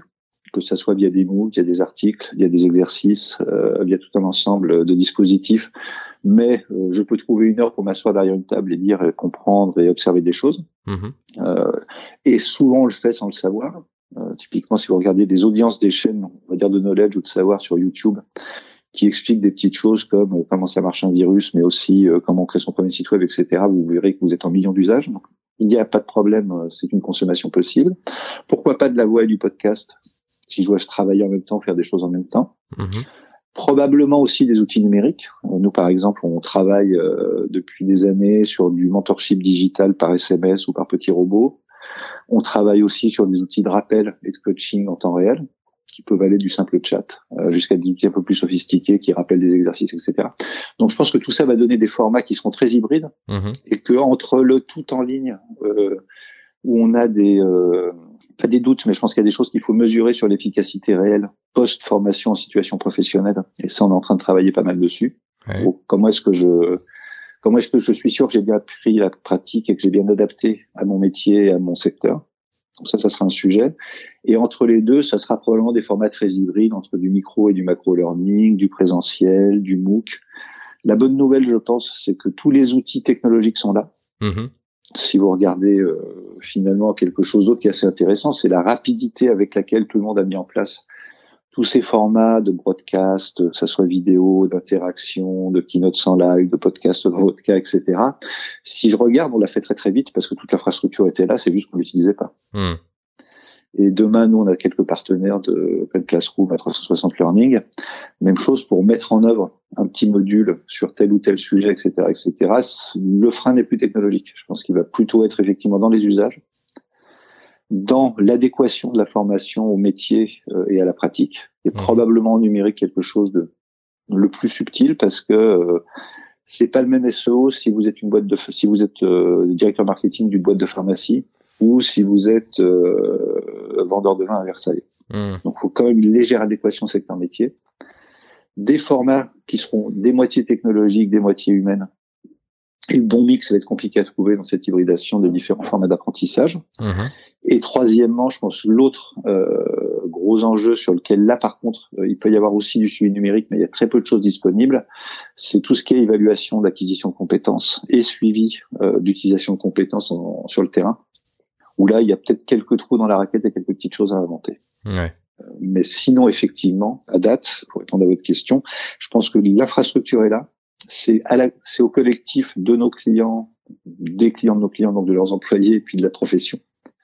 que ça soit via des MOOC, via des articles, via des exercices, euh, via tout un ensemble de dispositifs. Mais euh, je peux trouver une heure pour m'asseoir derrière une table et lire, et comprendre et observer des choses. Mmh. Euh, et souvent, on le fait sans le savoir. Euh, typiquement, si vous regardez des audiences des chaînes, on va dire de knowledge ou de savoir sur YouTube, qui expliquent des petites choses comme euh, comment ça marche un virus, mais aussi euh, comment on crée son premier site web, et cetera, vous verrez que vous êtes en millions d'usages. Donc, il n'y a pas de problème, euh, c'est une consommation possible. Pourquoi pas de la voix et du podcast? Si je dois travailler en même temps, faire des choses en même temps. Mmh. Probablement aussi des outils numériques. Nous, par exemple, on travaille euh, depuis des années sur du mentorship digital par S M S ou par petits robots. On travaille aussi sur des outils de rappel et de coaching en temps réel, qui peuvent aller du simple chat euh, jusqu'à des outils un peu plus sophistiqués qui rappellent des exercices, et cetera. Donc, je pense que tout ça va donner des formats qui seront très hybrides mmh. et que entre le tout en ligne, euh, où on a des euh, pas des doutes, mais je pense qu'il y a des choses qu'il faut mesurer sur l'efficacité réelle post-formation en situation professionnelle. Et ça, on est en train de travailler pas mal dessus. Ouais. Donc, comment est-ce que je comment est-ce que je suis sûr que j'ai bien appris la pratique et que j'ai bien adapté à mon métier et à mon secteur. Donc ça, ça sera un sujet. Et entre les deux, ça sera probablement des formats très hybrides entre du micro et du macro-learning, du présentiel, du MOOC. La bonne nouvelle, je pense, c'est que tous les outils technologiques sont là. Mmh. Si vous regardez euh, finalement quelque chose d'autre qui est assez intéressant, c'est la rapidité avec laquelle tout le monde a mis en place tous ces formats de broadcast, que ça soit vidéo, d'interaction, de keynote sans live, de podcast vodka, et cetera. Si je regarde, on l'a fait très très vite parce que toute l'infrastructure était là, c'est juste qu'on l'utilisait pas. Mmh. Et demain, nous, on a quelques partenaires de Open Classroom à trois cent soixante Learning. Même chose pour mettre en œuvre un petit module sur tel ou tel sujet, et cetera, et cetera. Le frein n'est plus technologique. Je pense qu'il va plutôt être effectivement dans les usages, dans l'adéquation de la formation au métier euh, et à la pratique. Et mmh. probablement en numérique quelque chose de le plus subtil parce que euh, c'est pas le même S E O si vous êtes une boîte de si vous êtes euh, directeur marketing d'une boîte de pharmacie ou si vous êtes euh, vendeur de vin à Versailles. Mmh. Donc, il faut quand même une légère adéquation secteur métier. Des formats qui seront des moitiés technologiques, des moitiés humaines. Et le bon mix, ça va être compliqué à trouver dans cette hybridation des différents formats d'apprentissage. Mmh. Et troisièmement, je pense l'autre euh, gros enjeu sur lequel, là, par contre, euh, il peut y avoir aussi du suivi numérique, mais il y a très peu de choses disponibles, c'est tout ce qui est évaluation d'acquisition de compétences et suivi euh, d'utilisation de compétences en, sur le terrain. Où là, il y a peut-être quelques trous dans la raquette et quelques petites choses à inventer. Ouais. Euh, mais sinon, effectivement, à date, pour répondre à votre question, je pense que l'infrastructure est là. C'est, à la, c'est au collectif de nos clients, des clients de nos clients, donc de leurs employés et puis de la profession,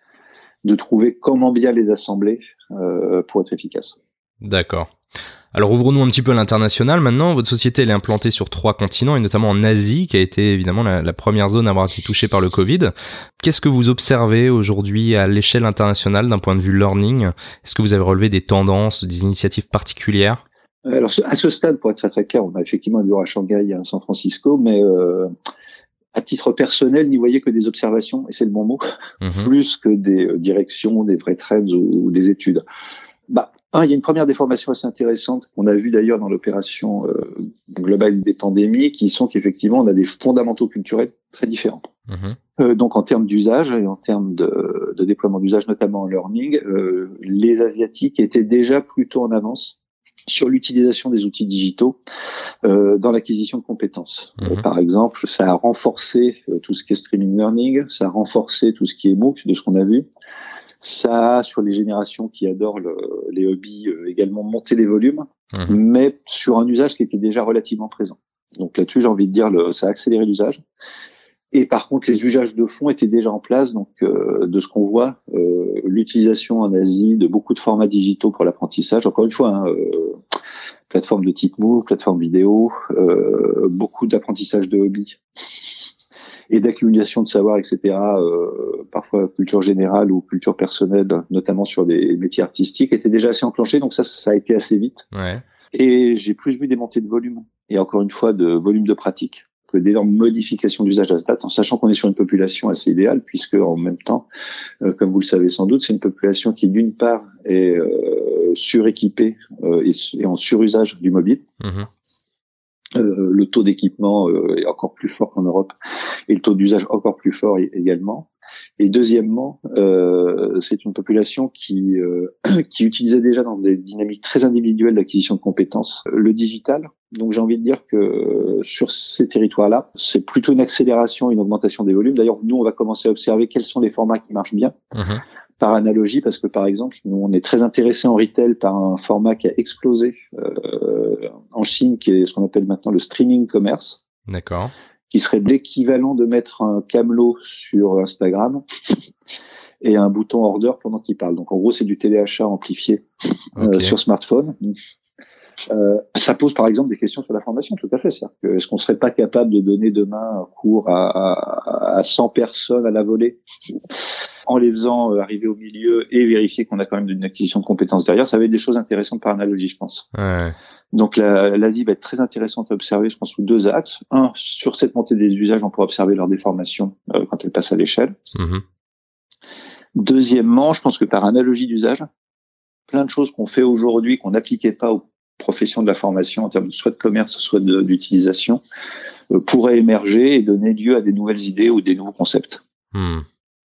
de trouver comment bien les assembler euh, pour être efficace. D'accord. Alors ouvrons-nous un petit peu à l'international maintenant. Votre société elle est implantée sur trois continents et notamment en Asie qui a été évidemment la, la première zone à avoir été touchée par le Covid. Qu'est-ce que vous observez aujourd'hui à l'échelle internationale d'un point de vue learning? Est-ce que vous avez relevé des tendances, des initiatives particulières? Alors à ce stade, pour être très très clair, on a effectivement un bureau à Shanghai et à San Francisco, mais euh, à titre personnel, n'y voyez que des observations, et c'est le bon mot, mmh. plus que des euh, directions, des vrais trends ou, ou des études. Bah, un, il y a une première déformation assez intéressante qu'on a vue d'ailleurs dans l'opération euh, globale des pandémies, qui sont qu'effectivement, on a des fondamentaux culturels très différents. Mmh. Euh, donc, en termes d'usage et en termes de, de déploiement d'usage, notamment en learning, euh, les Asiatiques étaient déjà plutôt en avance sur l'utilisation des outils digitaux euh, dans l'acquisition de compétences. Mmh. Euh, par exemple, ça a renforcé euh, tout ce qui est streaming learning, ça a renforcé tout ce qui est MOOC, de ce qu'on a vu. Ça a, sur les générations qui adorent le, les hobbies, euh, également monté les volumes, mmh. mais sur un usage qui était déjà relativement présent. Donc là-dessus, j'ai envie de dire, le, ça a accéléré l'usage. Et par contre, les usages de fond étaient déjà en place. Donc, euh, de ce qu'on voit, euh, l'utilisation en Asie de beaucoup de formats digitaux pour l'apprentissage. Encore une fois, hein, euh, plateforme de type MOOC, plateforme vidéo, euh, beaucoup d'apprentissage de hobbies et d'accumulation de savoir, et cetera. Euh, parfois culture générale ou culture personnelle, notamment sur les métiers artistiques, étaient déjà assez enclenchés. Donc ça, ça a été assez vite. Ouais. Et j'ai plus vu des montées de volume. Et encore une fois, de volume de pratique, que d'énormes modifications d'usage à ce date, en sachant qu'on est sur une population assez idéale, puisque en même temps, euh, comme vous le savez sans doute, c'est une population qui d'une part est euh, suréquipée euh, et, et en surusage du mobile, mmh. Euh, le taux d'équipement euh, est encore plus fort qu'en Europe et le taux d'usage encore plus fort également. Et deuxièmement, euh, c'est une population qui euh, qui utilisait déjà dans des dynamiques très individuelles d'acquisition de compétences le digital. Donc j'ai envie de dire que sur ces territoires-là, c'est plutôt une accélération, une augmentation des volumes. D'ailleurs, nous, on va commencer à observer quels sont les formats qui marchent bien. Mmh. Par analogie, parce que par exemple, nous, on est très intéressé en retail par un format qui a explosé euh, en Chine, qui est ce qu'on appelle maintenant le streaming commerce. D'accord. Qui serait l'équivalent de mettre un camelot sur Instagram et un bouton order pendant qu'il parle. Donc en gros, c'est du téléachat amplifié okay. euh, sur smartphone. Euh, ça pose par exemple des questions sur la formation, tout à fait. C'est-à-dire que, est-ce qu'on serait pas capable de donner demain un cours à, à, à cent personnes à la volée en les faisant arriver au milieu et vérifier qu'on a quand même une acquisition de compétences derrière? Ça va être des choses intéressantes par analogie, je pense. Ouais. Donc la, l'Asie va être très intéressante à observer, je pense, sous deux axes. Un, sur cette montée des usages, on pourra observer leur déformation euh, quand elles passent à l'échelle. Mm-hmm. Deuxièmement, je pense que par analogie d'usage, plein de choses qu'on fait aujourd'hui, qu'on n'appliquait pas aux professions de la formation en termes de soit de commerce, soit de, d'utilisation, euh, pourraient émerger et donner lieu à des nouvelles idées ou des nouveaux concepts. Mm.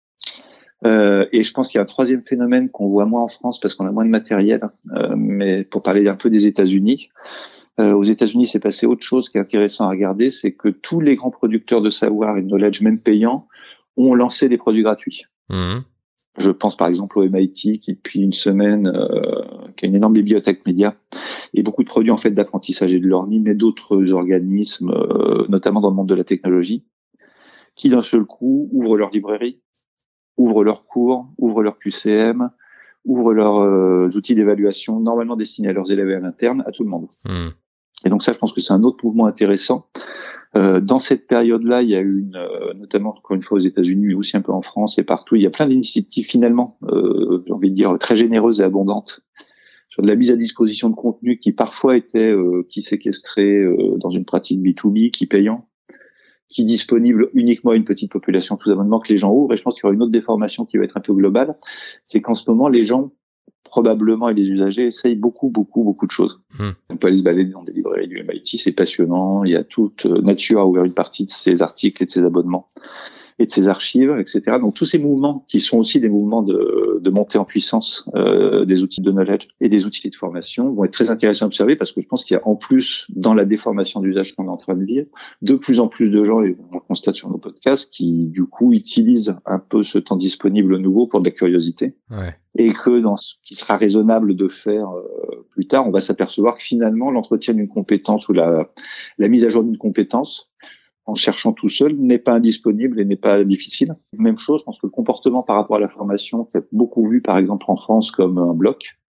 Euh, et je pense qu'il y a un troisième phénomène qu'on voit moins en France parce qu'on a moins de matériel, euh, mais pour parler un peu des États-Unis, euh, aux États-Unis, c'est passé autre chose qui est intéressant à regarder, c'est que tous les grands producteurs de savoir et de knowledge, même payants, ont lancé des produits gratuits. Mmh. Je pense par exemple au M I T qui depuis une semaine, euh, qui a une énorme bibliothèque média et beaucoup de produits en fait d'apprentissage et de learning, mais d'autres organismes, euh, notamment dans le monde de la technologie, qui d'un seul coup ouvrent leur librairie, ouvrent leurs cours, ouvrent leur Q C M, ouvrent leurs euh, outils d'évaluation, normalement destinés à leurs élèves et à l'interne, à tout le monde. Mmh. Et donc ça, je pense que c'est un autre mouvement intéressant. Euh, dans cette période-là, il y a eu une, euh, notamment encore une fois aux États-Unis, mais aussi un peu en France et partout, il y a plein d'initiatives finalement, euh, j'ai envie de dire très généreuses et abondantes, sur de la mise à disposition de contenu qui parfois était euh, qui séquestrait euh, dans une pratique B deux B, qui payant, qui est disponible uniquement à une petite population sous abonnement que les gens ouvrent. Et je pense qu'il y aura une autre déformation qui va être un peu globale, c'est qu'en ce moment, les gens, probablement, et les usagers essayent beaucoup, beaucoup, beaucoup de choses. Mmh. On peut aller se balader dans des librairies du M I T, c'est passionnant. Il y a toute Nature a ouvert une partie de ses articles et de ses abonnements et de ses archives, et cetera. Donc tous ces mouvements qui sont aussi des mouvements de, de montée en puissance euh, des outils de knowledge et des outils de formation vont être très intéressants à observer parce que je pense qu'il y a en plus dans la déformation d'usage qu'on est en train de vivre de plus en plus de gens, et on le constate sur nos podcasts, qui du coup utilisent un peu ce temps disponible nouveau pour de la curiosité. Ouais. Et que dans ce qui sera raisonnable de faire euh, plus tard, on va s'apercevoir que finalement l'entretien d'une compétence ou la, la mise à jour d'une compétence en cherchant tout seul, n'est pas indisponible et n'est pas difficile. Même chose, je pense que le comportement par rapport à la formation, qui est beaucoup vu par exemple en France comme un bloc.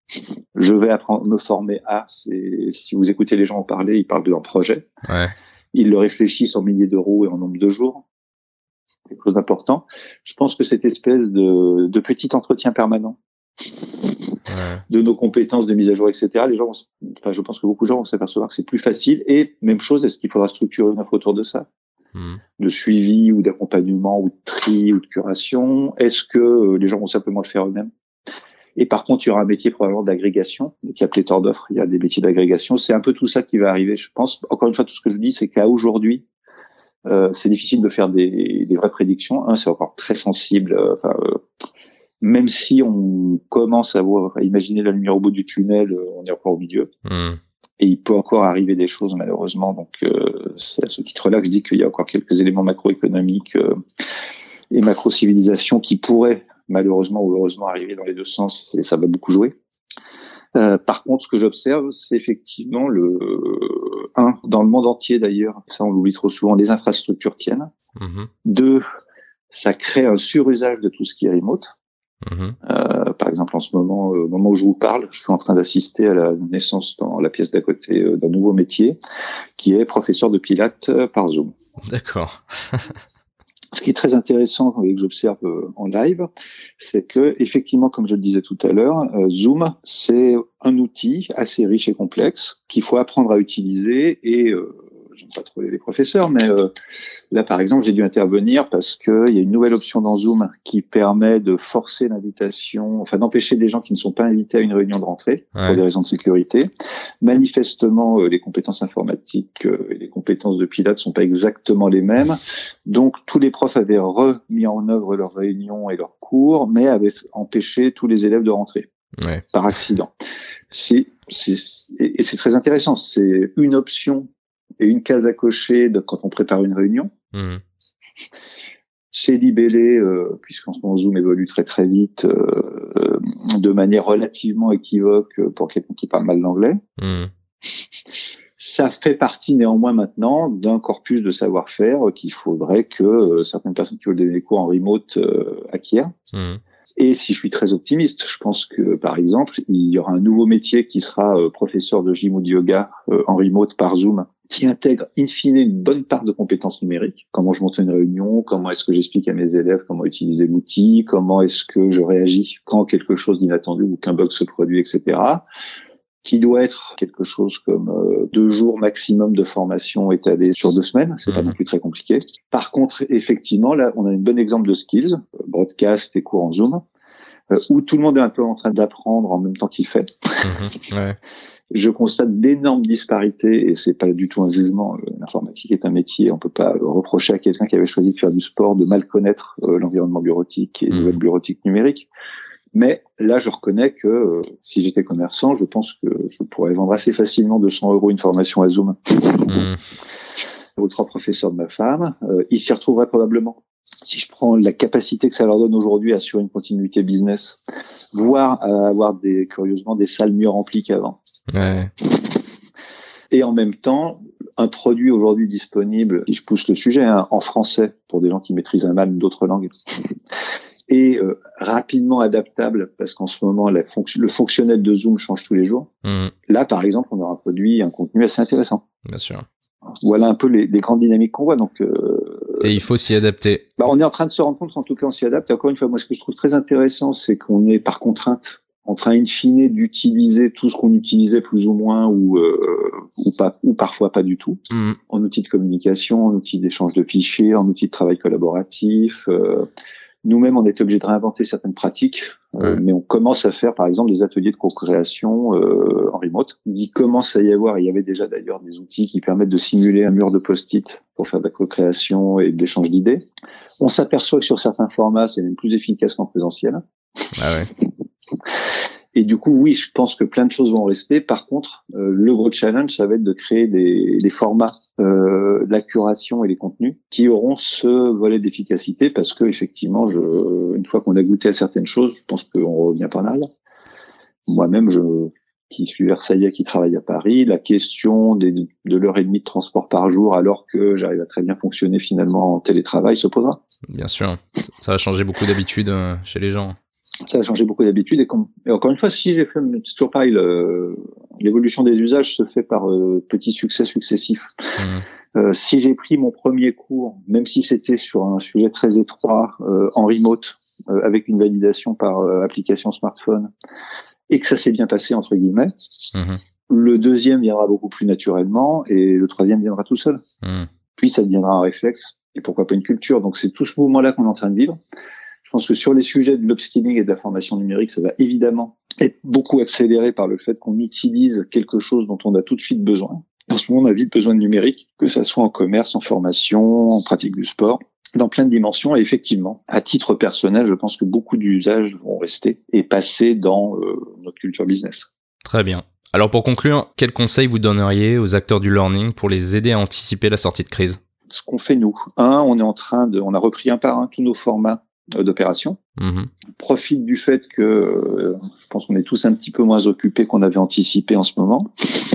Je vais apprendre, me former à, c'est, si vous écoutez les gens en parler, ils parlent d'un projet. Ouais. Ils le réfléchissent en milliers d'euros et en nombre de jours. Quelque chose d'important. Je pense que cette espèce de, de petit entretien permanent ouais. de nos compétences de mise à jour, et cetera. Les gens, vont, enfin, je pense que beaucoup de gens vont s'apercevoir que c'est plus facile. Et même chose, est-ce qu'il faudra structurer une offre autour de ça, mmh. de suivi ou d'accompagnement ou de tri ou de curation? Est-ce que euh, les gens vont simplement le faire eux-mêmes? Et par contre, il y aura un métier probablement d'agrégation. Donc, il y a pléthore d'offres, il y a des métiers d'agrégation. C'est un peu tout ça qui va arriver, je pense. Encore une fois, tout ce que je dis, c'est qu'à aujourd'hui, euh, c'est difficile de faire des, des vraies prédictions. Un, c'est encore très sensible. Euh, enfin, euh, même si on commence à voir, à imaginer la lumière au bout du tunnel, euh, on est encore au milieu. Mmh. Et il peut encore arriver des choses, malheureusement. Donc, euh, c'est à ce titre-là que je dis qu'il y a encore quelques éléments macroéconomiques euh, et macro-civilisation qui pourraient, malheureusement ou heureusement, arriver dans les deux sens, et ça va beaucoup jouer. Euh, par contre, ce que j'observe, c'est effectivement le un, dans le monde entier d'ailleurs, ça on l'oublie trop souvent, les infrastructures tiennent. Mmh. Deux, ça crée un surusage de tout ce qui est remote. Mmh. Euh, par exemple, en ce moment, euh, au moment où je vous parle, je suis en train d'assister à la naissance dans la pièce d'à côté euh, d'un nouveau métier, qui est professeur de Pilates euh, par Zoom. D'accord. Ce qui est très intéressant et que j'observe euh, en live, c'est que effectivement, comme je le disais tout à l'heure, euh, Zoom, c'est un outil assez riche et complexe qu'il faut apprendre à utiliser et euh, j'aime pas trop les professeurs, mais euh, là, par exemple, j'ai dû intervenir parce que il y a une nouvelle option dans Zoom qui permet de forcer l'invitation, enfin d'empêcher des gens qui ne sont pas invités à une réunion de rentrée ouais. pour des raisons de sécurité. Manifestement, euh, les compétences informatiques euh, et les compétences de pilote sont pas exactement les mêmes. Donc, tous les profs avaient remis en œuvre leurs réunions et leurs cours, mais avaient empêché tous les élèves de rentrer. Ouais. Par accident. C'est, c'est, et c'est très intéressant. C'est une option et une case à cocher de, quand on prépare une réunion. Mmh. C'est libellé, euh, puisqu'en ce moment Zoom évolue très très vite, euh, de manière relativement équivoque pour quelqu'un qui parle mal l'anglais. Mmh. Ça fait partie néanmoins maintenant d'un corpus de savoir-faire qu'il faudrait que euh, certaines personnes qui veulent donner des cours en remote euh, acquièrent. Mmh. Et si je suis très optimiste, je pense que, par exemple, il y aura un nouveau métier qui sera euh, professeur de gym ou de yoga euh, en remote par Zoom, qui intègre in fine une bonne part de compétences numériques. Comment je monte une réunion, comment est-ce que j'explique à mes élèves comment utiliser l'outil, comment est-ce que je réagis quand quelque chose d'inattendu ou qu'un bug se produit, et cetera, qui doit être quelque chose comme euh, deux jours maximum de formation étalés sur deux semaines. C'est mmh. pas non plus très compliqué. Par contre, effectivement, là, on a un bon exemple de skills, broadcast et cours en Zoom, euh, où tout le monde est un peu en train d'apprendre en même temps qu'il fait. Mmh. Ouais. Je constate d'énormes disparités et c'est pas du tout un jugement. L'informatique est un métier. On peut pas reprocher à quelqu'un qui avait choisi de faire du sport de mal connaître euh, l'environnement bureautique et mmh. les nouvelles bureautiques numériques. Mais là, je reconnais que euh, si j'étais commerçant, je pense que je pourrais vendre assez facilement deux cents euros une formation à Zoom. Mmh. Aux trois professeurs de ma femme, euh, ils s'y retrouveraient probablement. Si je prends la capacité que ça leur donne aujourd'hui à assurer une continuité business, voire à avoir des, curieusement des salles mieux remplies qu'avant. Ouais. Et en même temps, un produit aujourd'hui disponible, si je pousse le sujet, hein, en français, pour des gens qui maîtrisent un mal d'autres langues, et euh, rapidement adaptable, parce qu'en ce moment, la fonction, le fonctionnel de Zoom change tous les jours. Mmh. Là, par exemple, on aura produit un contenu assez intéressant. Bien sûr. Voilà un peu les, les grandes dynamiques qu'on voit. Donc, euh, et il faut s'y adapter. Bah, on est en train de se rendre compte, en tout cas, on s'y adapte. Et encore une fois, moi, ce que je trouve très intéressant, c'est qu'on est par contrainte en train, in fine, d'utiliser tout ce qu'on utilisait plus ou moins, ou euh, ou pas, ou parfois pas du tout, mmh. en outils de communication, en outils d'échange de fichiers, en outils de travail collaboratif. Euh, Nous-mêmes, on était obligés de réinventer certaines pratiques, euh, ouais. mais on commence à faire, par exemple, des ateliers de co-création euh, en remote. Il commence à y avoir, il y avait déjà d'ailleurs des outils qui permettent de simuler un mur de post-it pour faire de la co-création et de l'échange d'idées. On s'aperçoit que sur certains formats, c'est même plus efficace qu'en présentiel. Ah ouais. Et du coup, oui, je pense que plein de choses vont rester. Par contre, euh, le gros challenge, ça va être de créer des, des formats, euh, de la curation et les contenus qui auront ce volet d'efficacité, parce que effectivement, je, une fois qu'on a goûté à certaines choses, je pense qu'on revient pas en arrière. Moi-même, je, qui suis versaillais, qui travaille à Paris, la question des, de l'heure et demie de transport par jour, alors que j'arrive à très bien fonctionner finalement en télétravail, se posera. Bien sûr, ça va changer beaucoup d'habitudes euh, chez les gens. Ça a changé beaucoup d'habitude et, comme, et encore une fois, si j'ai fait, c'est toujours pareil, le, l'évolution des usages se fait par euh, petits succès successifs. Mmh. Euh, si j'ai pris mon premier cours, même si c'était sur un sujet très étroit, euh, en remote, euh, avec une validation par euh, application smartphone, et que ça s'est bien passé, entre guillemets, mmh. le deuxième viendra beaucoup plus naturellement et le troisième viendra tout seul. Mmh. Puis ça deviendra un réflexe et pourquoi pas une culture. Donc c'est tout ce mouvement-là qu'on est en train de vivre. Je pense que sur les sujets de l'upskilling et de la formation numérique, ça va évidemment être beaucoup accéléré par le fait qu'on utilise quelque chose dont on a tout de suite besoin. En ce moment, on a vite besoin de numérique, que ça soit en commerce, en formation, en pratique du sport, dans plein de dimensions. Et effectivement, à titre personnel, je pense que beaucoup d'usages vont rester et passer dans euh, notre culture business. Très bien. Alors pour conclure, quels conseils vous donneriez aux acteurs du learning pour les aider à anticiper la sortie de crise ? Ce qu'on fait nous, un, on est en train de, on a repris un par un tous nos formats d'opération. Mmh. Profite du fait que euh, je pense qu'on est tous un petit peu moins occupés qu'on avait anticipé en ce moment.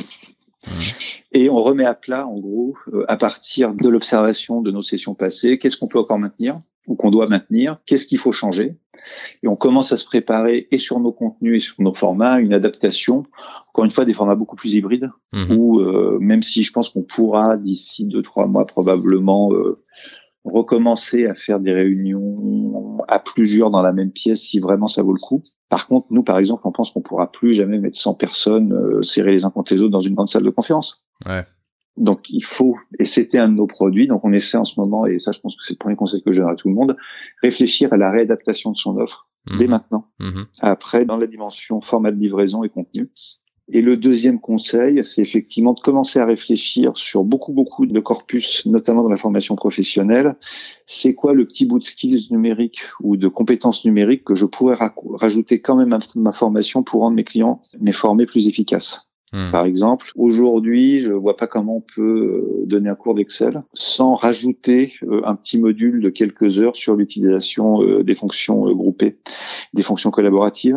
Mmh. Et on remet à plat, en gros, euh, à partir de l'observation de nos sessions passées, qu'est-ce qu'on peut encore maintenir ou qu'on doit maintenir, qu'est-ce qu'il faut changer. Et on commence à se préparer et sur nos contenus et sur nos formats, une adaptation, encore une fois, des formats beaucoup plus hybrides, mmh. où euh, même si je pense qu'on pourra, d'ici deux, trois mois probablement, euh, recommencer à faire des réunions à plusieurs dans la même pièce si vraiment ça vaut le coup. Par contre, nous, par exemple, on pense qu'on pourra plus jamais mettre cent personnes euh, serrées les uns contre les autres dans une grande salle de conférence. Ouais. Donc il faut, et c'était un de nos produits, donc on essaie en ce moment, et ça je pense que c'est le premier conseil que je donne à tout le monde, réfléchir à la réadaptation de son offre mmh. dès maintenant. Mmh. Après, dans la dimension format de livraison et contenu. Et le deuxième conseil, c'est effectivement de commencer à réfléchir sur beaucoup, beaucoup de corpus, notamment dans la formation professionnelle. C'est quoi le petit bout de skills numériques ou de compétences numériques que je pourrais ra- rajouter quand même à ma formation pour rendre mes clients, mes formés plus efficaces? Mmh. Par exemple, aujourd'hui, je vois pas comment on peut donner un cours d'Excel sans rajouter un petit module de quelques heures sur l'utilisation des fonctions groupées, des fonctions collaboratives,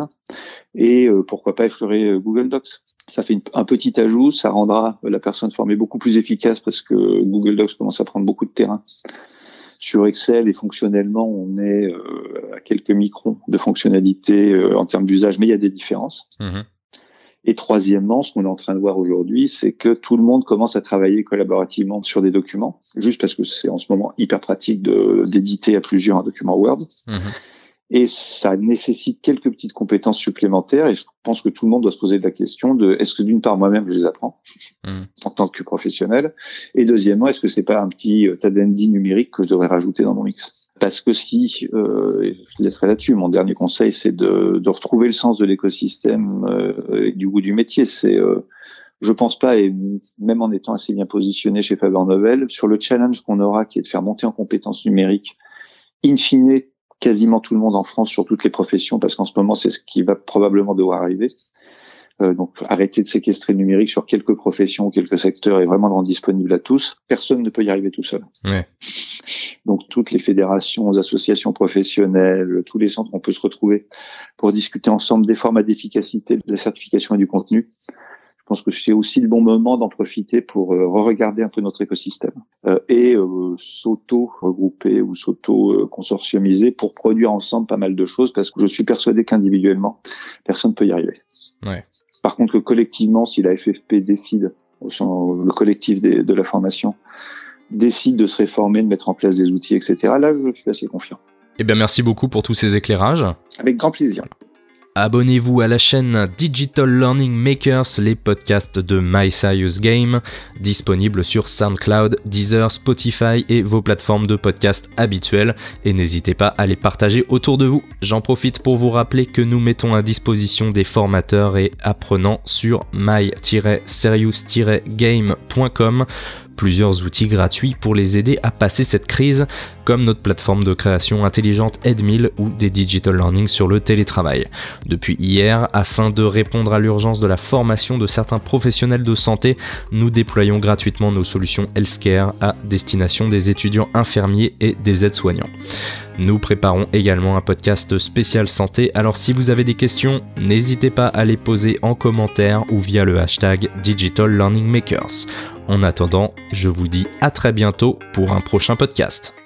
et pourquoi pas effleurer Google Docs. Ça fait une, un petit ajout, ça rendra la personne formée beaucoup plus efficace parce que Google Docs commence à prendre beaucoup de terrain. Sur Excel, et fonctionnellement, on est à quelques microns de fonctionnalité en termes d'usage, mais il y a des différences. Mmh. Et troisièmement, ce qu'on est en train de voir aujourd'hui, c'est que tout le monde commence à travailler collaborativement sur des documents, juste parce que c'est en ce moment hyper pratique de, d'éditer à plusieurs un document Word. Mmh. Et ça nécessite quelques petites compétences supplémentaires, et je pense que tout le monde doit se poser la question de est-ce que d'une part moi-même je les apprends mmh. en tant que professionnel, et deuxièmement, est-ce que c'est pas un petit tadendi numérique que je devrais rajouter dans mon mix? Parce que si, euh, je laisserai là-dessus, mon dernier conseil, c'est de, de retrouver le sens de l'écosystème euh, et du goût du métier. C'est, euh, je pense pas, et même en étant assez bien positionné chez Faber Novel, sur le challenge qu'on aura, qui est de faire monter en compétences numériques, in fine, quasiment tout le monde en France, sur toutes les professions, parce qu'en ce moment, c'est ce qui va probablement devoir arriver. Euh, donc, arrêter de séquestrer le numérique sur quelques professions, quelques secteurs, et vraiment le rendre disponible à tous. Personne ne peut y arriver tout seul. Ouais. Donc, toutes les fédérations, associations professionnelles, tous les centres, on peut se retrouver pour discuter ensemble des formats d'efficacité, de la certification et du contenu. Je pense que c'est aussi le bon moment d'en profiter pour euh, re-regarder un peu notre écosystème euh, et euh, s'auto-regrouper ou s'auto-consortiumiser pour produire ensemble pas mal de choses, parce que je suis persuadé qu'individuellement, personne ne peut y arriver. Ouais. Par contre, que collectivement, si la F F P décide, le collectif des, de la formation, décide de se réformer, de mettre en place des outils, et cetera, là, je suis assez confiant. Eh bien, merci beaucoup pour tous ces éclairages. Avec grand plaisir. Abonnez-vous à la chaîne Digital Learning Makers, les podcasts de My Serious Game, disponibles sur SoundCloud, Deezer, Spotify et vos plateformes de podcasts habituelles. Et n'hésitez pas à les partager autour de vous. J'en profite pour vous rappeler que nous mettons à disposition des formateurs et apprenants sur my serious game point com plusieurs outils gratuits pour les aider à passer cette crise, comme notre plateforme de création intelligente Edmil ou des Digital Learning sur le télétravail. Depuis hier, afin de répondre à l'urgence de la formation de certains professionnels de santé, nous déployons gratuitement nos solutions healthcare à destination des étudiants infirmiers et des aides-soignants. Nous préparons également un podcast spécial santé, alors si vous avez des questions, n'hésitez pas à les poser en commentaire ou via le hashtag Digital Learning Makers. En attendant, je vous dis à très bientôt pour un prochain podcast.